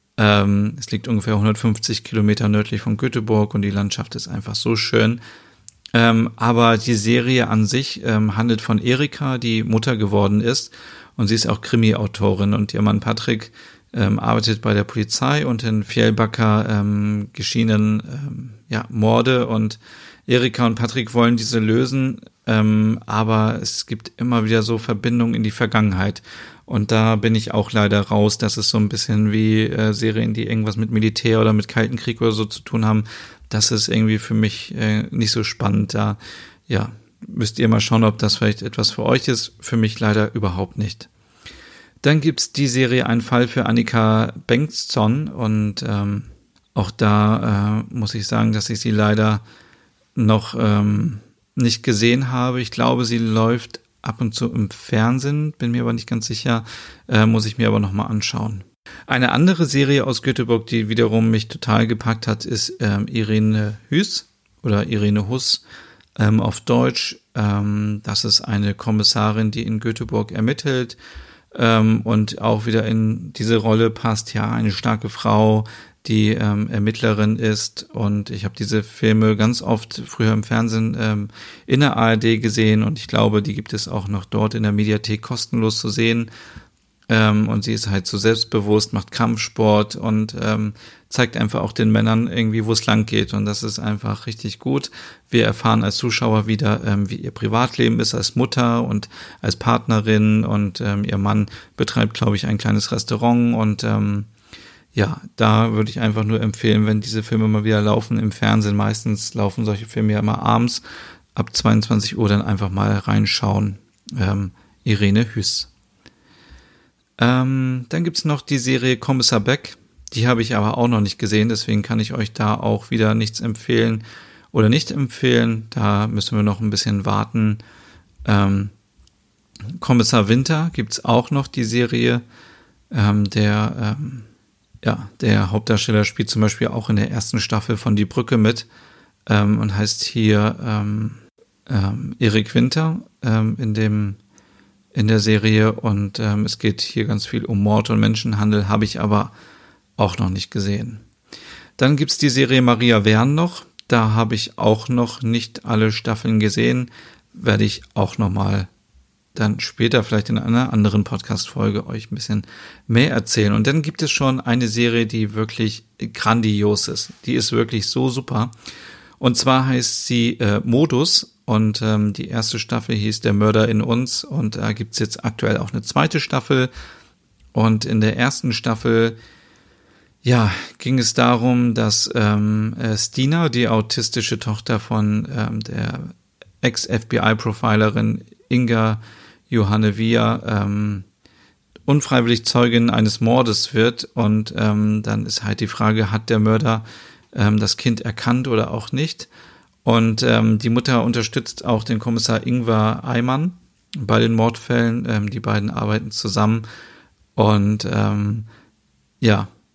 Ähm, es liegt ungefähr hundertfünfzig Kilometer nördlich von Göteborg und die Landschaft ist einfach so schön. Ähm, aber die Serie an sich ähm, handelt von Erika, die Mutter geworden ist und sie ist auch Krimi-Autorin und ihr Mann Patrick ähm, arbeitet bei der Polizei und in Fjällbacka ähm, geschienen ähm, ja, Morde und Erika und Patrick wollen diese lösen, ähm, aber es gibt immer wieder so Verbindungen in die Vergangenheit. Und da bin ich auch leider raus, dass es so ein bisschen wie äh, Serien, die irgendwas mit Militär oder mit Kalten Krieg oder so zu tun haben. Das ist irgendwie für mich äh, nicht so spannend. Da ja, müsst ihr mal schauen, ob das vielleicht etwas für euch ist. Für mich leider überhaupt nicht. Dann gibt's die Serie Ein Fall für Annika Bengtsson und ähm, auch da äh, muss ich sagen, dass ich sie leider noch ähm, nicht gesehen habe. Ich glaube, sie läuft ab und zu im Fernsehen, bin mir aber nicht ganz sicher, äh, muss ich mir aber nochmal anschauen. Eine andere Serie aus Göteborg, die wiederum mich total gepackt hat, ist ähm, Irene Hüß oder Irene Huss ähm, auf Deutsch. Ähm, das ist eine Kommissarin, die in Göteborg ermittelt ähm, und auch wieder in diese Rolle passt, ja, eine starke Frau, die ähm, Ermittlerin ist und ich habe diese Filme ganz oft früher im Fernsehen ähm, in der A R D gesehen und ich glaube, die gibt es auch noch dort in der Mediathek kostenlos zu sehen ähm, und sie ist halt so selbstbewusst, macht Kampfsport und ähm, zeigt einfach auch den Männern irgendwie, wo es lang geht und das ist einfach richtig gut. Wir erfahren als Zuschauer wieder, ähm, wie ihr Privatleben ist als Mutter und als Partnerin und ähm, ihr Mann betreibt, glaube ich, ein kleines Restaurant und ähm, ja, da würde ich einfach nur empfehlen, wenn diese Filme mal wieder laufen im Fernsehen, meistens laufen solche Filme ja immer abends, ab zweiundzwanzig Uhr dann einfach mal reinschauen. Ähm, Irene Hüß. Ähm, dann gibt's noch die Serie Kommissar Beck, die habe ich aber auch noch nicht gesehen, deswegen kann ich euch da auch wieder nichts empfehlen oder nicht empfehlen, da müssen wir noch ein bisschen warten. Ähm, Kommissar Winter gibt's auch noch, die Serie, ähm, der ähm, Ja, der Hauptdarsteller spielt zum Beispiel auch in der ersten Staffel von Die Brücke mit ähm, und heißt hier ähm, ähm, Erik Winter ähm, in dem in der Serie und ähm, es geht hier ganz viel um Mord und Menschenhandel, habe ich aber auch noch nicht gesehen. Dann gibt's die Serie Maria Wern noch, da habe ich auch noch nicht alle Staffeln gesehen, werde ich auch noch mal dann später vielleicht in einer anderen Podcast-Folge euch ein bisschen mehr erzählen. Und dann gibt es schon eine Serie, die wirklich grandios ist. Die ist wirklich so super. Und zwar heißt sie äh, Modus und ähm, die erste Staffel hieß Der Mörder in uns und da äh, gibt es jetzt aktuell auch eine zweite Staffel. Und in der ersten Staffel ja, ging es darum, dass ähm, äh, Stina, die autistische Tochter von ähm, der Ex-F B I-Profilerin Inga Johanne Via ähm, unfreiwillig Zeugin eines Mordes wird und ähm, dann ist halt die Frage, hat der Mörder ähm, das Kind erkannt oder auch nicht und ähm, die Mutter unterstützt auch den Kommissar Ingvar Eimann bei den Mordfällen, ähm, die beiden arbeiten zusammen und ähm, ja,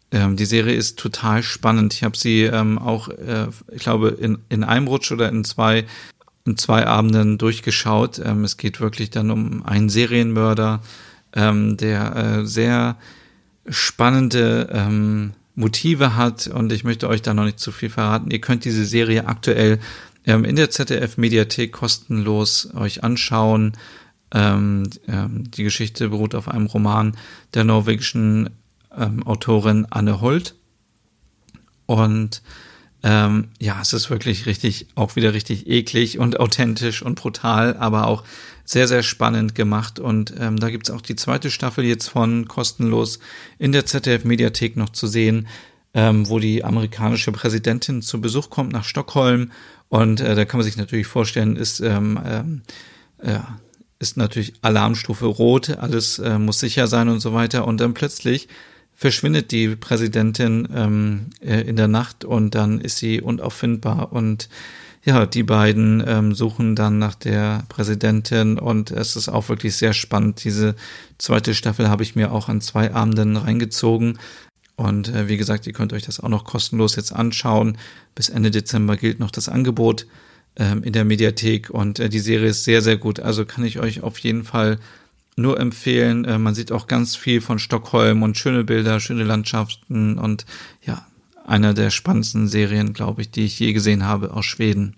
ähm, die Serie ist total spannend. Ich habe sie ähm, auch, äh, ich glaube, in, in einem Rutsch oder in zwei, in zwei Abenden durchgeschaut. Ähm, es geht wirklich dann um einen Serienmörder, ähm, der äh, sehr spannende ähm, Motive hat, und ich möchte euch da noch nicht zu viel verraten. Ihr könnt diese Serie aktuell ähm, in der Z D F-Mediathek kostenlos euch anschauen. Ähm, ähm, die Geschichte beruht auf einem Roman der norwegischen ähm, Autorin Anne Holt. Und ähm, ja, es ist wirklich richtig, auch wieder richtig eklig und authentisch und brutal, aber auch sehr, sehr spannend gemacht. Und ähm, da gibt's auch die zweite Staffel jetzt von, kostenlos in der Z D F-Mediathek noch zu sehen, ähm, wo die amerikanische Präsidentin zu Besuch kommt nach Stockholm. Und äh, da kann man sich natürlich vorstellen, ist ähm, ähm, äh, ist natürlich Alarmstufe Rot, alles äh, muss sicher sein und so weiter. Und dann plötzlich verschwindet die Präsidentin ähm, äh, in der Nacht, und dann ist sie unauffindbar. Und ja, die beiden ähm, suchen dann nach der Präsidentin, und es ist auch wirklich sehr spannend. Diese zweite Staffel habe ich mir auch an zwei Abenden reingezogen. Und äh, wie gesagt, ihr könnt euch das auch noch kostenlos jetzt anschauen. Bis Ende Dezember gilt noch das Angebot in der Mediathek, und äh, die Serie ist sehr, sehr gut. Also kann ich euch auf jeden Fall nur empfehlen. Äh, man sieht auch ganz viel von Stockholm und schöne Bilder, schöne Landschaften, und ja, einer der spannendsten Serien, glaube ich, die ich je gesehen habe aus Schweden.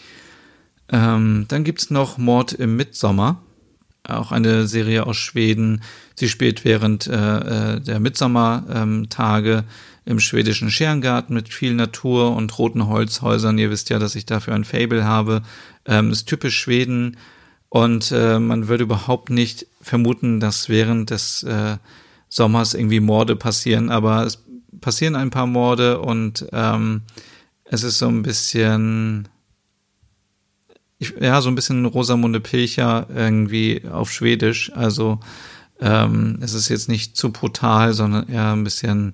Ähm, dann gibt's noch Mord im Mittsommer, auch eine Serie aus Schweden. Sie spielt während äh, der Mittsommertage ähm, im schwedischen Scherengarten mit viel Natur und roten Holzhäusern. Ihr wisst ja, dass ich dafür ein Faible habe. Ähm, ist typisch Schweden, und äh, man würde überhaupt nicht vermuten, dass während des äh, Sommers irgendwie Morde passieren, aber es passieren ein paar Morde, und ähm, es ist so ein bisschen, ich, ja, so ein bisschen Rosamunde Pilcher irgendwie auf Schwedisch. Also ähm, es ist jetzt nicht zu brutal, sondern eher ein bisschen,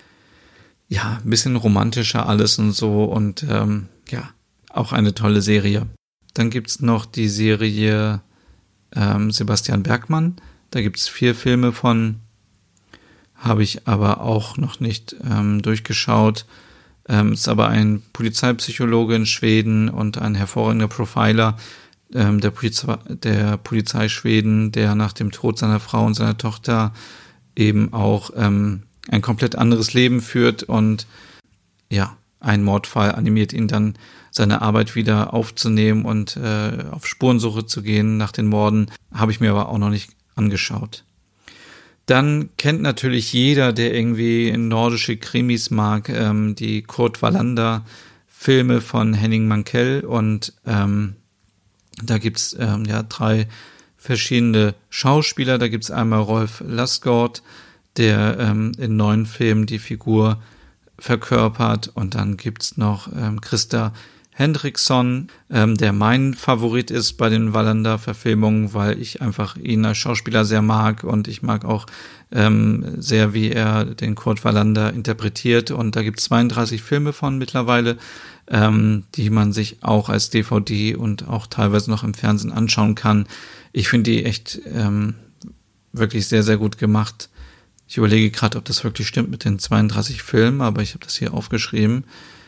ja, ein bisschen romantischer alles und so, und ähm, ja, auch eine tolle Serie. Dann gibt's noch die Serie ähm, Sebastian Bergmann. Da gibt's vier Filme von, habe ich aber auch noch nicht ähm, durchgeschaut. Ähm, ist aber ein Polizeipsychologe in Schweden und ein hervorragender Profiler ähm, der, Polizei, der Polizei Schweden, der nach dem Tod seiner Frau und seiner Tochter eben auch ähm, ein komplett anderes Leben führt, und ja, ein Mordfall animiert ihn dann, seine Arbeit wieder aufzunehmen und äh, auf Spurensuche zu gehen nach den Morden. Habe ich mir aber auch noch nicht angeschaut. Dann kennt natürlich jeder, der irgendwie nordische Krimis mag, ähm, die Kurt Wallander Filme von Henning Mankell, und ähm, da gibt's ähm, ja drei verschiedene Schauspieler. Da gibt's einmal Rolf Lassgård, der ähm, in neun Filmen die Figur verkörpert, und dann gibt's noch ähm, Christa Hendrickson, ähm, der mein Favorit ist bei den Wallander-Verfilmungen, weil ich einfach ihn als Schauspieler sehr mag, und ich mag auch ähm, sehr, wie er den Kurt Wallander interpretiert, und da gibt's zweiunddreißig Filme von mittlerweile, ähm, die man sich auch als D V D und auch teilweise noch im Fernsehen anschauen kann. Ich finde die echt ähm, wirklich sehr, sehr gut gemacht. Ich überlege gerade, ob das wirklich stimmt mit den zweiunddreißig Filmen, aber ich habe das hier aufgeschrieben.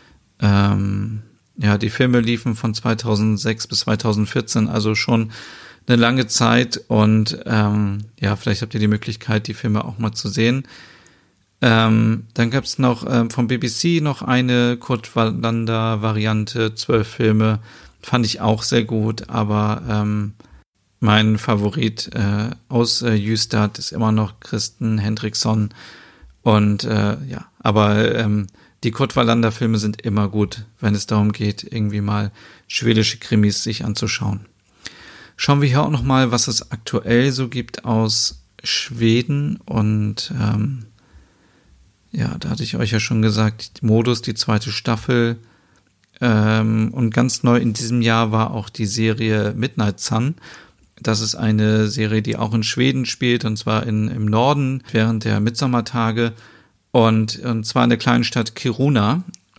Ähm, ja, die Filme liefen von zweitausendsechs bis zweitausendvierzehn, also schon eine lange Zeit, und ähm, ja, vielleicht habt ihr die Möglichkeit, die Filme auch mal zu sehen. Ähm, dann gab es noch ähm, vom B B C noch eine Kurt Wallander-Variante, zwölf Filme, fand ich auch sehr gut, aber ähm, mein Favorit äh, aus äh, Ystad ist immer noch Kristen Hendrickson, und äh, ja, aber ähm, die Kurt Wallander-Filme sind immer gut, wenn es darum geht, irgendwie mal schwedische Krimis sich anzuschauen. Schauen wir hier auch nochmal, was es aktuell so gibt aus Schweden, und ähm, ja, da hatte ich euch ja schon gesagt, Modus, die zweite Staffel, ähm, und ganz neu in diesem Jahr war auch die Serie Midnight Sun. Das ist eine Serie, die auch in Schweden spielt, und zwar in, im Norden während der Mittsommertage, und, und zwar in der kleinen Stadt Kiruna.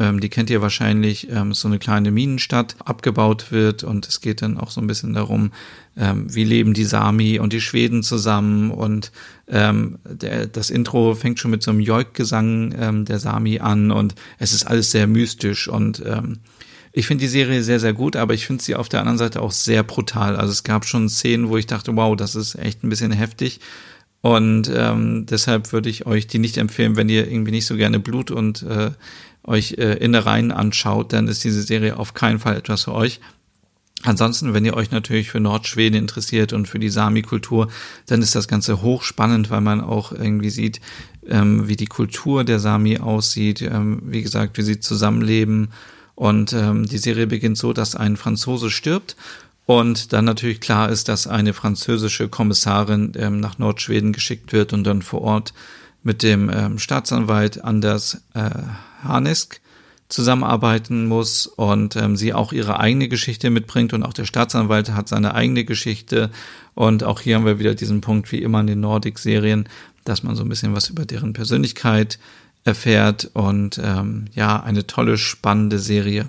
Ähm, die kennt ihr wahrscheinlich, ähm, so eine kleine Minenstadt abgebaut wird und es geht dann auch so ein bisschen darum, ähm, wie leben die Sami und die Schweden zusammen und ähm, der, das Intro fängt schon mit so einem Joik-Gesang ähm, der Sami an und es ist alles sehr mystisch und ähm, ich finde die Serie sehr, sehr gut, aber ich finde sie auf der anderen Seite auch sehr brutal. Also es gab schon Szenen, wo ich dachte, wow, das ist echt ein bisschen heftig. Und ähm, deshalb würde ich euch die nicht empfehlen, wenn ihr irgendwie nicht so gerne Blut und äh, euch äh, Innereien anschaut, dann ist diese Serie auf keinen Fall etwas für euch. Ansonsten, wenn ihr euch natürlich für Nordschweden interessiert und für die Sami-Kultur, dann ist das Ganze hochspannend, weil man auch irgendwie sieht, ähm, wie die Kultur der Sami aussieht, ähm, wie gesagt, wie sie zusammenleben. Und ähm, die Serie beginnt so, dass ein Franzose stirbt und dann natürlich klar ist, dass eine französische Kommissarin ähm, nach Nordschweden geschickt wird und dann vor Ort mit dem ähm, Staatsanwalt Anders äh, Harnesk zusammenarbeiten muss und ähm, sie auch ihre eigene Geschichte mitbringt und auch der Staatsanwalt hat seine eigene Geschichte und auch hier haben wir wieder diesen Punkt wie immer in den Nordic-Serien, dass man so ein bisschen was über deren Persönlichkeit erfährt und ähm, ja, eine tolle, spannende Serie.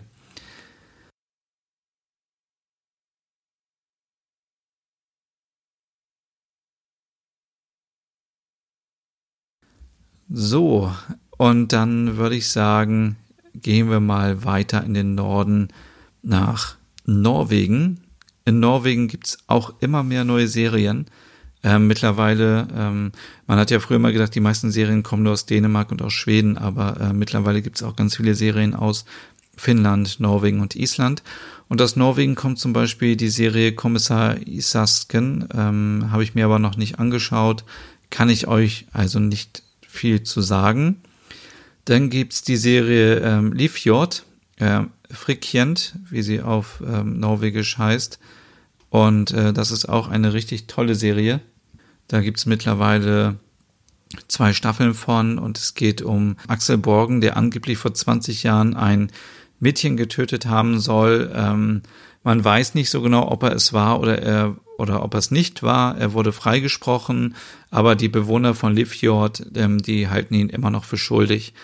So, und dann würde ich sagen, gehen wir mal weiter in den Norden nach Norwegen. In Norwegen gibt es auch immer mehr neue Serien. Ähm, mittlerweile, ähm, man hat ja früher mal gedacht, die meisten Serien kommen nur aus Dänemark und aus Schweden, aber äh, mittlerweile gibt es auch ganz viele Serien aus Finnland, Norwegen und Island. Und aus Norwegen kommt zum Beispiel die Serie Kommissar Isasken, ähm, habe ich mir aber noch nicht angeschaut, kann ich euch also nicht viel zu sagen. Dann gibt's die Serie ähm, Lifjord, äh, Frikjent, wie sie auf ähm, Norwegisch heißt. Und äh, das ist auch eine richtig tolle Serie. Da gibt's mittlerweile zwei Staffeln von und es geht um Axel Borgen, der angeblich vor zwanzig Jahren ein Mädchen getötet haben soll. Ähm, man weiß nicht so genau, ob er es war oder er oder ob er es nicht war. Er wurde freigesprochen, aber die Bewohner von Lifjord, ähm, die halten ihn immer noch für schuldig.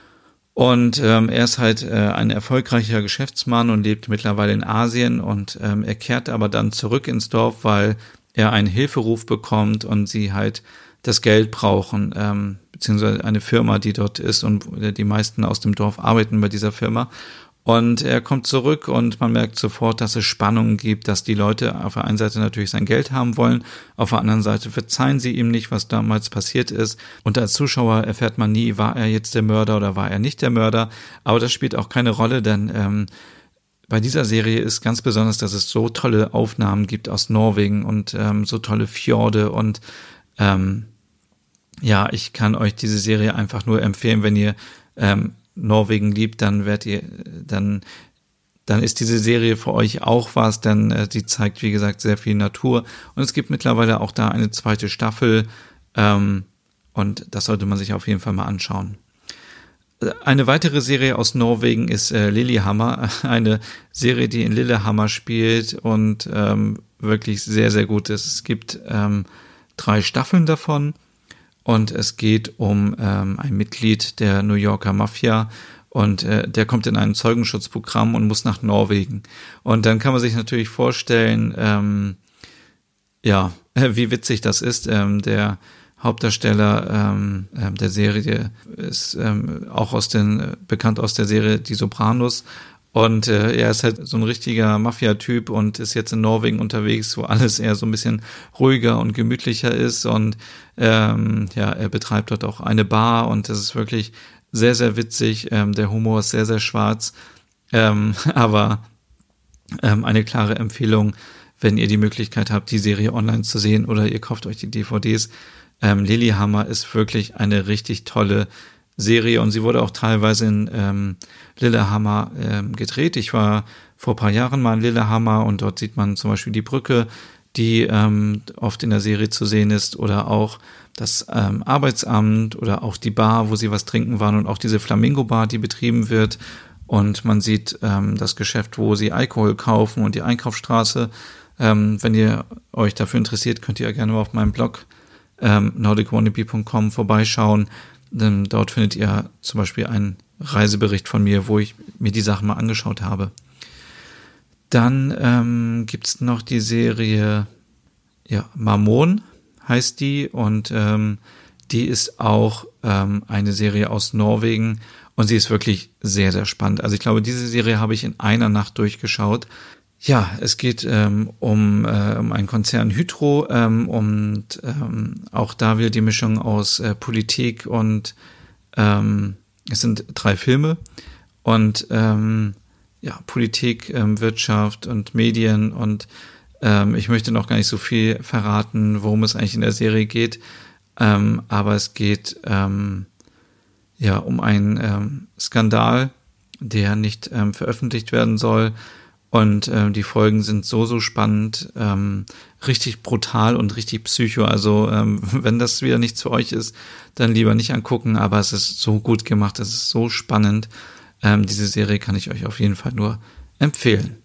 Und ähm, er ist halt äh, ein erfolgreicher Geschäftsmann und lebt mittlerweile in Asien und ähm, er kehrt aber dann zurück ins Dorf, weil er einen Hilferuf bekommt und sie halt das Geld brauchen, ähm, beziehungsweise eine Firma, die dort ist und die meisten aus dem Dorf arbeiten bei dieser Firma. Und er kommt zurück und man merkt sofort, dass es Spannungen gibt, dass die Leute auf der einen Seite natürlich sein Geld haben wollen, auf der anderen Seite verzeihen sie ihm nicht, was damals passiert ist. Und als Zuschauer erfährt man nie, war er jetzt der Mörder oder war er nicht der Mörder. Aber das spielt auch keine Rolle, denn ähm, bei dieser Serie ist ganz besonders, dass es so tolle Aufnahmen gibt aus Norwegen und ähm, so tolle Fjorde und ähm, ja, ich kann euch diese Serie einfach nur empfehlen, wenn ihr ähm, Norwegen liebt, dann werdet ihr, dann, dann ist diese Serie für euch auch was, denn äh, die zeigt, wie gesagt, sehr viel Natur und es gibt mittlerweile auch da eine zweite Staffel ähm, und das sollte man sich auf jeden Fall mal anschauen. Eine weitere Serie aus Norwegen ist äh, Lillehammer, eine Serie, die in Lillehammer spielt und ähm, wirklich sehr, sehr gut ist. Es gibt ähm, drei Staffeln davon. Und es geht um ähm, ein Mitglied der New Yorker Mafia und äh, der kommt in ein Zeugenschutzprogramm und muss nach Norwegen. Und dann kann man sich natürlich vorstellen, ähm, ja, wie witzig das ist. Ähm, der Hauptdarsteller ähm, äh, der Serie ist ähm, auch aus den bekannt aus der Serie Die Sopranos. Und äh, er ist halt so ein richtiger Mafia-Typ und ist jetzt in Norwegen unterwegs, wo alles eher so ein bisschen ruhiger und gemütlicher ist. Und ähm, ja, er betreibt dort auch eine Bar und das ist wirklich sehr, sehr witzig. Ähm, der Humor ist sehr, sehr schwarz. Ähm, aber ähm, eine klare Empfehlung, wenn ihr die Möglichkeit habt, die Serie online zu sehen oder ihr kauft euch die D V Ds. Ähm, Lillehammer ist wirklich eine richtig tolle Serie und sie wurde auch teilweise in ähm, Lillehammer ähm, gedreht. Ich war vor ein paar Jahren mal in Lillehammer und dort sieht man zum Beispiel die Brücke, die ähm, oft in der Serie zu sehen ist oder auch das ähm, Arbeitsamt oder auch die Bar, wo sie was trinken waren und auch diese Flamingo-Bar, die betrieben wird und man sieht ähm, das Geschäft, wo sie Alkohol kaufen und die Einkaufsstraße. Ähm, wenn ihr euch dafür interessiert, könnt ihr ja gerne mal auf meinem Blog ähm, nordic wannabe punkt com vorbeischauen. Denn dort findet ihr zum Beispiel ein Reisebericht von mir, wo ich mir die Sachen mal angeschaut habe. Dann ähm, gibt es noch die Serie ja, Mammon heißt die und ähm, die ist auch ähm, eine Serie aus Norwegen und sie ist wirklich sehr, sehr spannend. Also ich glaube, diese Serie habe ich in einer Nacht durchgeschaut. Ja, es geht ähm, um, äh, um einen Konzern Hydro ähm, und ähm, auch da wieder die Mischung aus äh, Politik und ähm, es sind drei Filme und ähm, ja, Politik, ähm, Wirtschaft und Medien und ähm, ich möchte noch gar nicht so viel verraten, worum es eigentlich in der Serie geht, ähm, aber es geht ähm, ja um einen ähm, Skandal, der nicht ähm, veröffentlicht werden soll. Und ähm, die Folgen sind so, so spannend, ähm, richtig brutal und richtig psycho. Also ähm, wenn das wieder nichts für euch ist, dann lieber nicht angucken. Aber es ist so gut gemacht, es ist so spannend. Ähm, diese Serie kann ich euch auf jeden Fall nur empfehlen.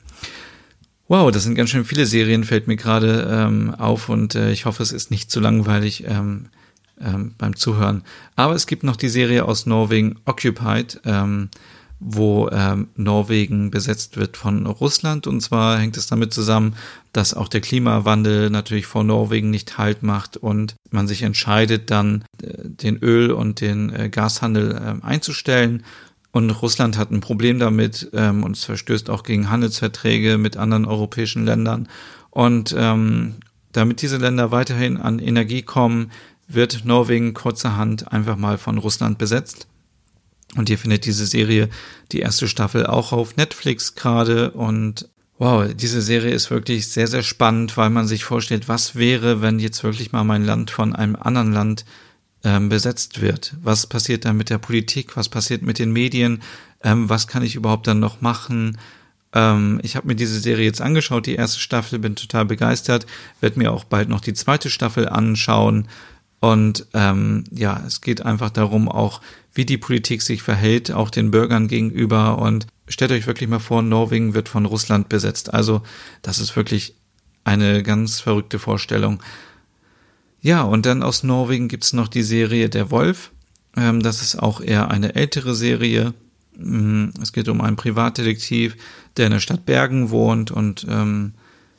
Wow, das sind ganz schön viele Serien, fällt mir gerade ähm, auf. Und äh, ich hoffe, es ist nicht zu langweilig ähm, ähm, beim Zuhören. Aber es gibt noch die Serie aus Norwegen, Occupied, ähm, wo ähm, Norwegen besetzt wird von Russland. Und zwar hängt es damit zusammen, dass auch der Klimawandel natürlich vor Norwegen nicht Halt macht und man sich entscheidet, dann äh, den Öl- und den äh, Gashandel äh, einzustellen. Und Russland hat ein Problem damit ähm, und es verstößt auch gegen Handelsverträge mit anderen europäischen Ländern. Und ähm, damit diese Länder weiterhin an Energie kommen, wird Norwegen kurzerhand einfach mal von Russland besetzt. Und ihr findet diese Serie, die erste Staffel, auch auf Netflix gerade. Und wow, diese Serie ist wirklich sehr, sehr spannend, weil man sich vorstellt, was wäre, wenn jetzt wirklich mal mein Land von einem anderen Land ähm, besetzt wird? Was passiert dann mit der Politik? Was passiert mit den Medien? Ähm, was kann ich überhaupt dann noch machen? Ähm, ich habe mir diese Serie jetzt angeschaut, die erste Staffel, bin total begeistert, werde mir auch bald noch die zweite Staffel anschauen. Und ähm, ja, es geht einfach darum auch, wie die Politik sich verhält, auch den Bürgern gegenüber. Und stellt euch wirklich mal vor, Norwegen wird von Russland besetzt. Also das ist wirklich eine ganz verrückte Vorstellung. Ja, und dann aus Norwegen gibt's noch die Serie Der Wolf. Ähm, das ist auch eher eine ältere Serie. Es geht um einen Privatdetektiv, der in der Stadt Bergen wohnt und ähm,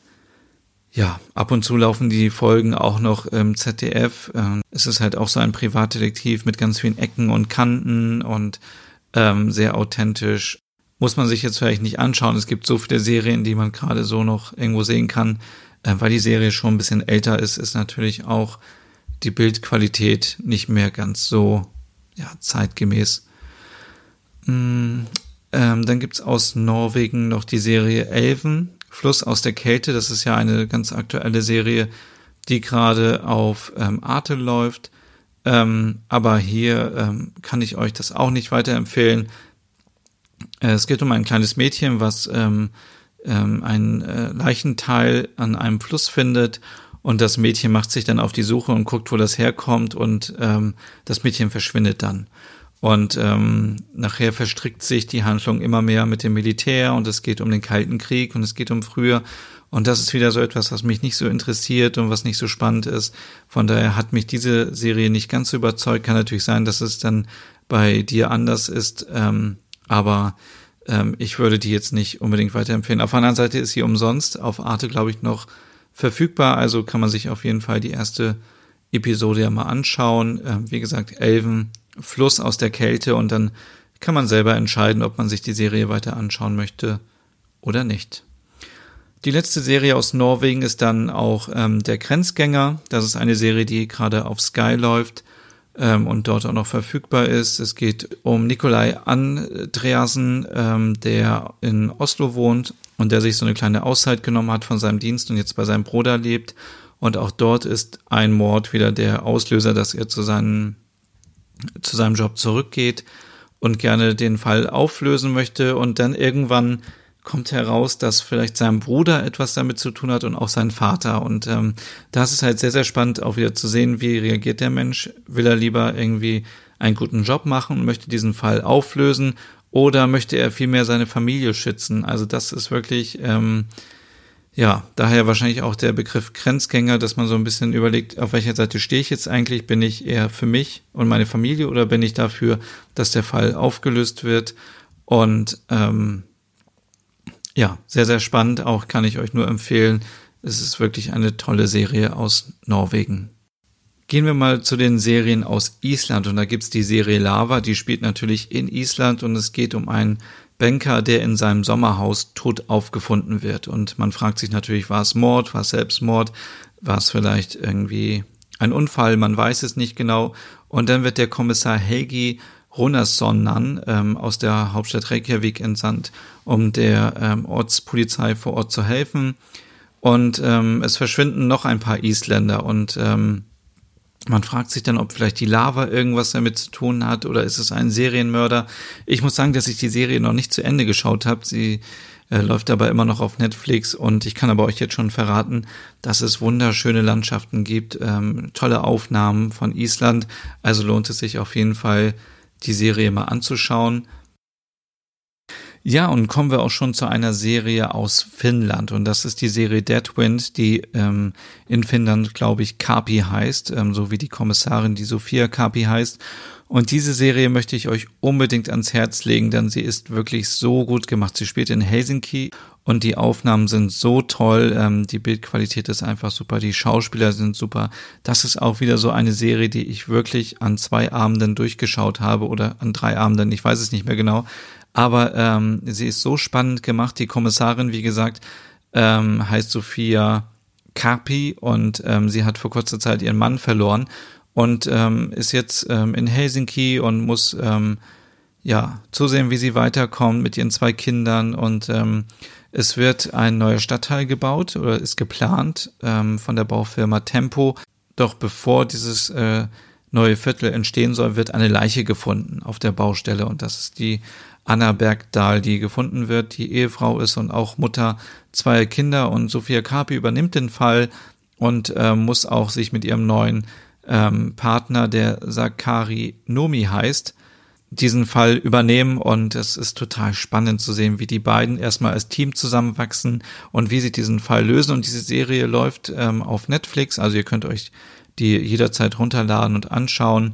ja, ab und zu laufen die Folgen auch noch im Z D F. Ähm, es ist halt auch so ein Privatdetektiv mit ganz vielen Ecken und Kanten und ähm, sehr authentisch. Muss man sich jetzt vielleicht nicht anschauen. Es gibt so viele Serien, die man gerade so noch irgendwo sehen kann. Äh, weil die Serie schon ein bisschen älter ist, ist natürlich auch die Bildqualität nicht mehr ganz so ja, zeitgemäß. Mm, ähm, dann gibt's aus Norwegen noch die Serie Elven. Fluss aus der Kälte, das ist ja eine ganz aktuelle Serie, die gerade auf ähm, Arte läuft. Ähm, aber hier ähm, kann ich euch das auch nicht weiterempfehlen. Äh, es geht um ein kleines Mädchen, was ähm, ähm, einen äh, Leichenteil an einem Fluss findet und das Mädchen macht sich dann auf die Suche und guckt, wo das herkommt und ähm, das Mädchen verschwindet dann. Und ähm, nachher verstrickt sich die Handlung immer mehr mit dem Militär und es geht um den Kalten Krieg und es geht um früher. Und das ist wieder so etwas, was mich nicht so interessiert und was nicht so spannend ist. Von daher hat mich diese Serie nicht ganz so überzeugt. Kann natürlich sein, dass es dann bei dir anders ist, ähm, aber ähm, ich würde die jetzt nicht unbedingt weiterempfehlen. Auf der anderen Seite ist sie umsonst auf Arte, glaube ich, noch verfügbar. Also kann man sich auf jeden Fall die erste Episode ja mal anschauen. Ähm, wie gesagt, Elven, Fluss aus der Kälte und dann kann man selber entscheiden, ob man sich die Serie weiter anschauen möchte oder nicht. Die letzte Serie aus Norwegen ist dann auch ähm, Der Grenzgänger. Das ist eine Serie, die gerade auf Sky läuft ähm, und dort auch noch verfügbar ist. Es geht um Nikolai Andreasen, ähm, der in Oslo wohnt und der sich so eine kleine Auszeit genommen hat von seinem Dienst und jetzt bei seinem Bruder lebt. Und auch dort ist ein Mord wieder der Auslöser, dass er zu seinem zu seinem Job zurückgeht und gerne den Fall auflösen möchte und dann irgendwann kommt heraus, dass vielleicht sein Bruder etwas damit zu tun hat und auch sein Vater und ähm, das ist halt sehr, sehr spannend auch wieder zu sehen, wie reagiert der Mensch, will er lieber irgendwie einen guten Job machen und möchte diesen Fall auflösen oder möchte er vielmehr seine Familie schützen, also das ist wirklich ähm, ja, daher wahrscheinlich auch der Begriff Grenzgänger, dass man so ein bisschen überlegt, auf welcher Seite stehe ich jetzt eigentlich? Bin ich eher für mich und meine Familie oder bin ich dafür, dass der Fall aufgelöst wird? Und ähm, ja, sehr, sehr spannend. Auch kann ich euch nur empfehlen. Es ist wirklich eine tolle Serie aus Norwegen. Gehen wir mal zu den Serien aus Island. Und da gibt's die Serie Lava, die spielt natürlich in Island und es geht um einen Banker, der in seinem Sommerhaus tot aufgefunden wird. Und man fragt sich natürlich, war es Mord, war es Selbstmord, war es vielleicht irgendwie ein Unfall, man weiß es nicht genau. Und dann wird der Kommissar Helgi Runarsson ähm, aus der Hauptstadt Reykjavik entsandt, um der ähm, Ortspolizei vor Ort zu helfen. Und ähm, es verschwinden noch ein paar Isländer und ähm, man fragt sich dann, ob vielleicht die Lava irgendwas damit zu tun hat oder ist es ein Serienmörder. Ich muss sagen, dass ich die Serie noch nicht zu Ende geschaut habe. Sie äh, läuft aber immer noch auf Netflix und ich kann aber euch jetzt schon verraten, dass es wunderschöne Landschaften gibt, ähm, tolle Aufnahmen von Island. Also lohnt es sich auf jeden Fall, die Serie mal anzuschauen. Ja, und kommen wir auch schon zu einer Serie aus Finnland und das ist die Serie Deadwind, die ähm, in Finnland, glaube ich, Kapi heißt, ähm, so wie die Kommissarin, die Sophia Kapi heißt. Und diese Serie möchte ich euch unbedingt ans Herz legen, denn sie ist wirklich so gut gemacht. Sie spielt in Helsinki und die Aufnahmen sind so toll, ähm, die Bildqualität ist einfach super, die Schauspieler sind super. Das ist auch wieder so eine Serie, die ich wirklich an zwei Abenden durchgeschaut habe oder an drei Abenden, ich weiß es nicht mehr genau. Aber ähm, sie ist so spannend gemacht. Die Kommissarin, wie gesagt, ähm, heißt Sophia Kapi und ähm, sie hat vor kurzer Zeit ihren Mann verloren und ähm, ist jetzt ähm, in Helsinki und muss ähm, ja zusehen, wie sie weiterkommt mit ihren zwei Kindern. Und ähm, es wird ein neuer Stadtteil gebaut oder ist geplant ähm, von der Baufirma Tempo. Doch bevor dieses äh, neue Viertel entstehen soll, wird eine Leiche gefunden auf der Baustelle und das ist die Anna Bergdahl, die gefunden wird, die Ehefrau ist und auch Mutter zweier Kinder und Sophia Kapi übernimmt den Fall und äh, muss auch sich mit ihrem neuen ähm, Partner, der Sakari Nomi heißt, diesen Fall übernehmen und es ist total spannend zu sehen, wie die beiden erstmal als Team zusammenwachsen und wie sie diesen Fall lösen und diese Serie läuft ähm, auf Netflix, also ihr könnt euch die jederzeit runterladen und anschauen.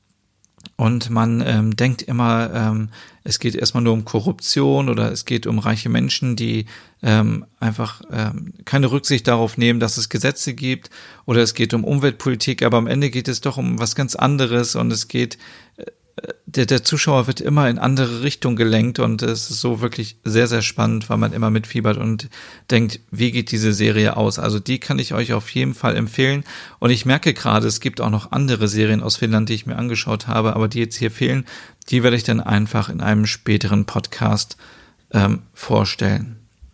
Und man ähm, denkt immer, ähm, es geht erstmal nur um Korruption oder es geht um reiche Menschen, die ähm, einfach ähm, keine Rücksicht darauf nehmen, dass es Gesetze gibt oder es geht um Umweltpolitik, aber am Ende geht es doch um was ganz anderes und es geht, äh, der, der Zuschauer wird immer in andere Richtung gelenkt und es ist so wirklich sehr, sehr spannend, weil man immer mitfiebert und denkt, wie geht diese Serie aus? Also die kann ich euch auf jeden Fall empfehlen und ich merke gerade, es gibt auch noch andere Serien aus Finnland, die ich mir angeschaut habe, aber die jetzt hier fehlen, die werde ich dann einfach in einem späteren Podcast ähm, vorstellen.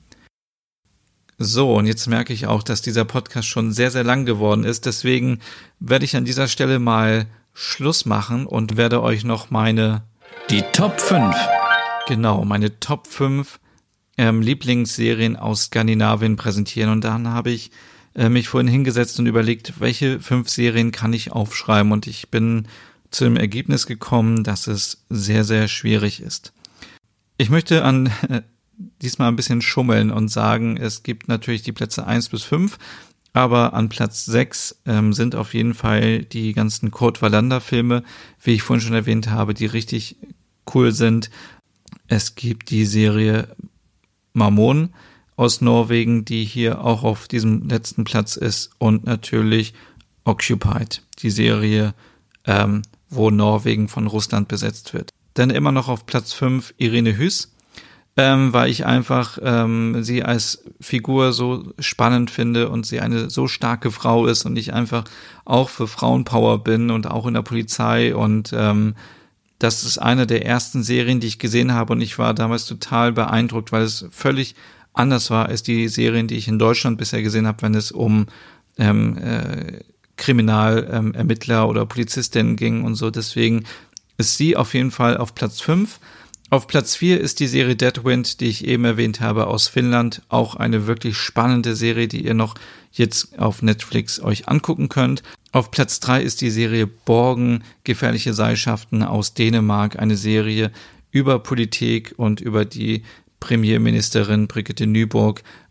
So, und jetzt merke ich auch, dass dieser Podcast schon sehr, sehr lang geworden ist, deswegen werde ich an dieser Stelle mal Schluss machen und werde euch noch meine Die Top fünf. Genau, meine Top fünf ähm, Lieblingsserien aus Skandinavien präsentieren. Und dann habe ich äh, mich vorhin hingesetzt und überlegt, welche fünf Serien kann ich aufschreiben. Und ich bin zu dem Ergebnis gekommen, dass es sehr, sehr schwierig ist. Ich möchte an äh, diesmal ein bisschen schummeln und sagen, es gibt natürlich die Plätze eins bis fünf. Aber an Platz sechs ähm, sind auf jeden Fall die ganzen Kurt Wallander-Filme, wie ich vorhin schon erwähnt habe, die richtig cool sind. Es gibt die Serie Mammon aus Norwegen, die hier auch auf diesem letzten Platz ist. Und natürlich Occupied, die Serie, ähm, wo Norwegen von Russland besetzt wird. Dann immer noch auf Platz fünf Irene Hüß. Ähm, weil ich einfach ähm, sie als Figur so spannend finde und sie eine so starke Frau ist und ich einfach auch für Frauenpower bin und auch in der Polizei und ähm, das ist eine der ersten Serien, die ich gesehen habe und ich war damals total beeindruckt, weil es völlig anders war als die Serien, die ich in Deutschland bisher gesehen habe, wenn es um ähm, äh, Kriminalermittler ähm, oder Polizistinnen ging und so. Deswegen ist sie auf jeden Fall auf Platz fünf. Auf Platz vier ist die Serie Deadwind, die ich eben erwähnt habe, aus Finnland. Auch eine wirklich spannende Serie, die ihr noch jetzt auf Netflix euch angucken könnt. Auf Platz drei ist die Serie Borgen, gefährliche Seilschaften aus Dänemark. Eine Serie über Politik und über die Premierministerin Brigitte Nyborg.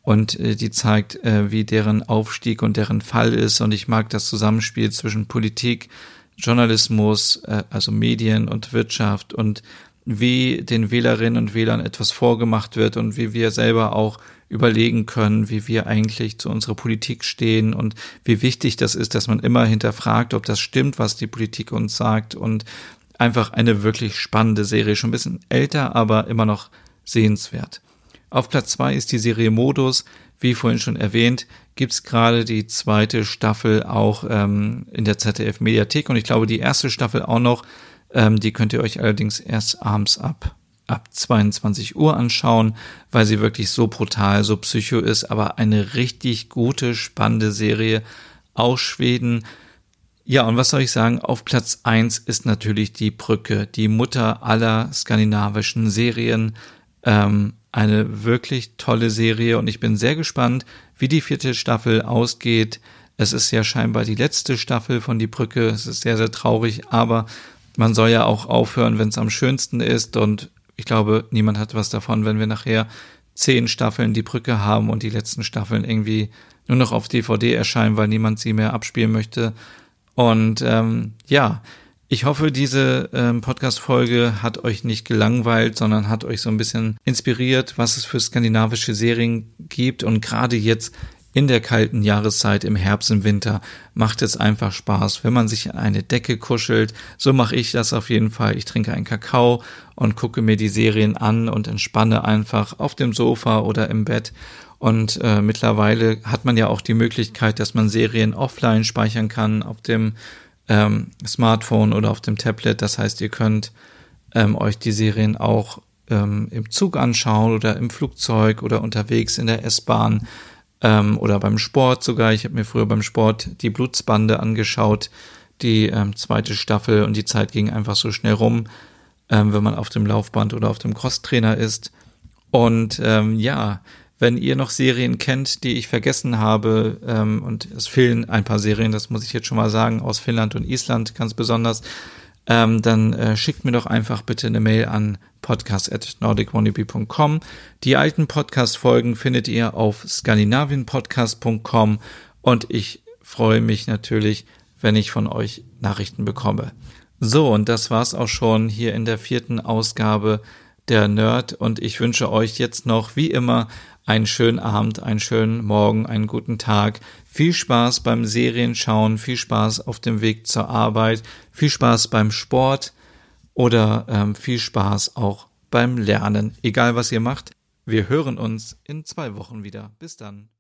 und äh, die zeigt, äh, wie deren Aufstieg und deren Fall ist, und ich mag das Zusammenspiel zwischen Politik, Journalismus, äh, also Medien und Wirtschaft, und wie den Wählerinnen und Wählern etwas vorgemacht wird und wie wir selber auch überlegen können, wie wir eigentlich zu unserer Politik stehen und wie wichtig das ist, dass man immer hinterfragt, ob das stimmt, was die Politik uns sagt, und einfach eine wirklich spannende Serie, schon ein bisschen älter, aber immer noch sehenswert. Auf Platz zwei ist die Serie Modus. Wie vorhin schon erwähnt, gibt's gerade die zweite Staffel auch ähm, in der Z D F-Mediathek, und ich glaube die erste Staffel auch noch. Ähm, die könnt ihr euch allerdings erst abends ab ab zweiundzwanzig Uhr anschauen, weil sie wirklich so brutal, so psycho ist, aber eine richtig gute, spannende Serie aus Schweden. Ja, und was soll ich sagen, auf Platz eins ist natürlich Die Brücke, die Mutter aller skandinavischen Serien. Ähm, eine wirklich tolle Serie, und ich bin sehr gespannt, wie die vierte Staffel ausgeht. Es ist ja scheinbar die letzte Staffel von Die Brücke, es ist sehr, sehr traurig, aber man soll ja auch aufhören, wenn es am schönsten ist, und ich glaube, niemand hat was davon, wenn wir nachher zehn Staffeln Die Brücke haben und die letzten Staffeln irgendwie nur noch auf D V D erscheinen, weil niemand sie mehr abspielen möchte. Und ähm, ja, ich hoffe, diese ähm, Podcast-Folge hat euch nicht gelangweilt, sondern hat euch so ein bisschen inspiriert, was es für skandinavische Serien gibt. Und gerade jetzt in der kalten Jahreszeit, im Herbst, im Winter, macht es einfach Spaß, wenn man sich an eine Decke kuschelt. So mache ich das auf jeden Fall. Ich trinke einen Kakao und gucke mir die Serien an und entspanne einfach auf dem Sofa oder im Bett. Und äh, mittlerweile hat man ja auch die Möglichkeit, dass man Serien offline speichern kann auf dem ähm, Smartphone oder auf dem Tablet. Das heißt, ihr könnt ähm, euch die Serien auch ähm, im Zug anschauen oder im Flugzeug oder unterwegs in der S-Bahn. Ähm, oder beim Sport sogar. Ich habe mir früher beim Sport die Blutsbande angeschaut, die ähm, zweite Staffel, und die Zeit ging einfach so schnell rum, ähm, wenn man auf dem Laufband oder auf dem Crosstrainer ist. Und ähm, ja, wenn ihr noch Serien kennt, die ich vergessen habe, ähm, und es fehlen ein paar Serien, das muss ich jetzt schon mal sagen, aus Finnland und Island ganz besonders, Ähm, dann äh, schickt mir doch einfach bitte eine Mail an podcast at nordic wannabe punkt com. Die alten Podcast-Folgen findet ihr auf skandinavienpodcast punkt com, und ich freue mich natürlich, wenn ich von euch Nachrichten bekomme. So, und das war's auch schon hier in der vierten Ausgabe der Nerd, und ich wünsche euch jetzt noch, wie immer, einen schönen Abend, einen schönen Morgen, einen guten Tag. Viel Spaß beim Serienschauen, viel Spaß auf dem Weg zur Arbeit, viel Spaß beim Sport oder ähm, viel Spaß auch beim Lernen. Egal was ihr macht, wir hören uns in zwei Wochen wieder. Bis dann.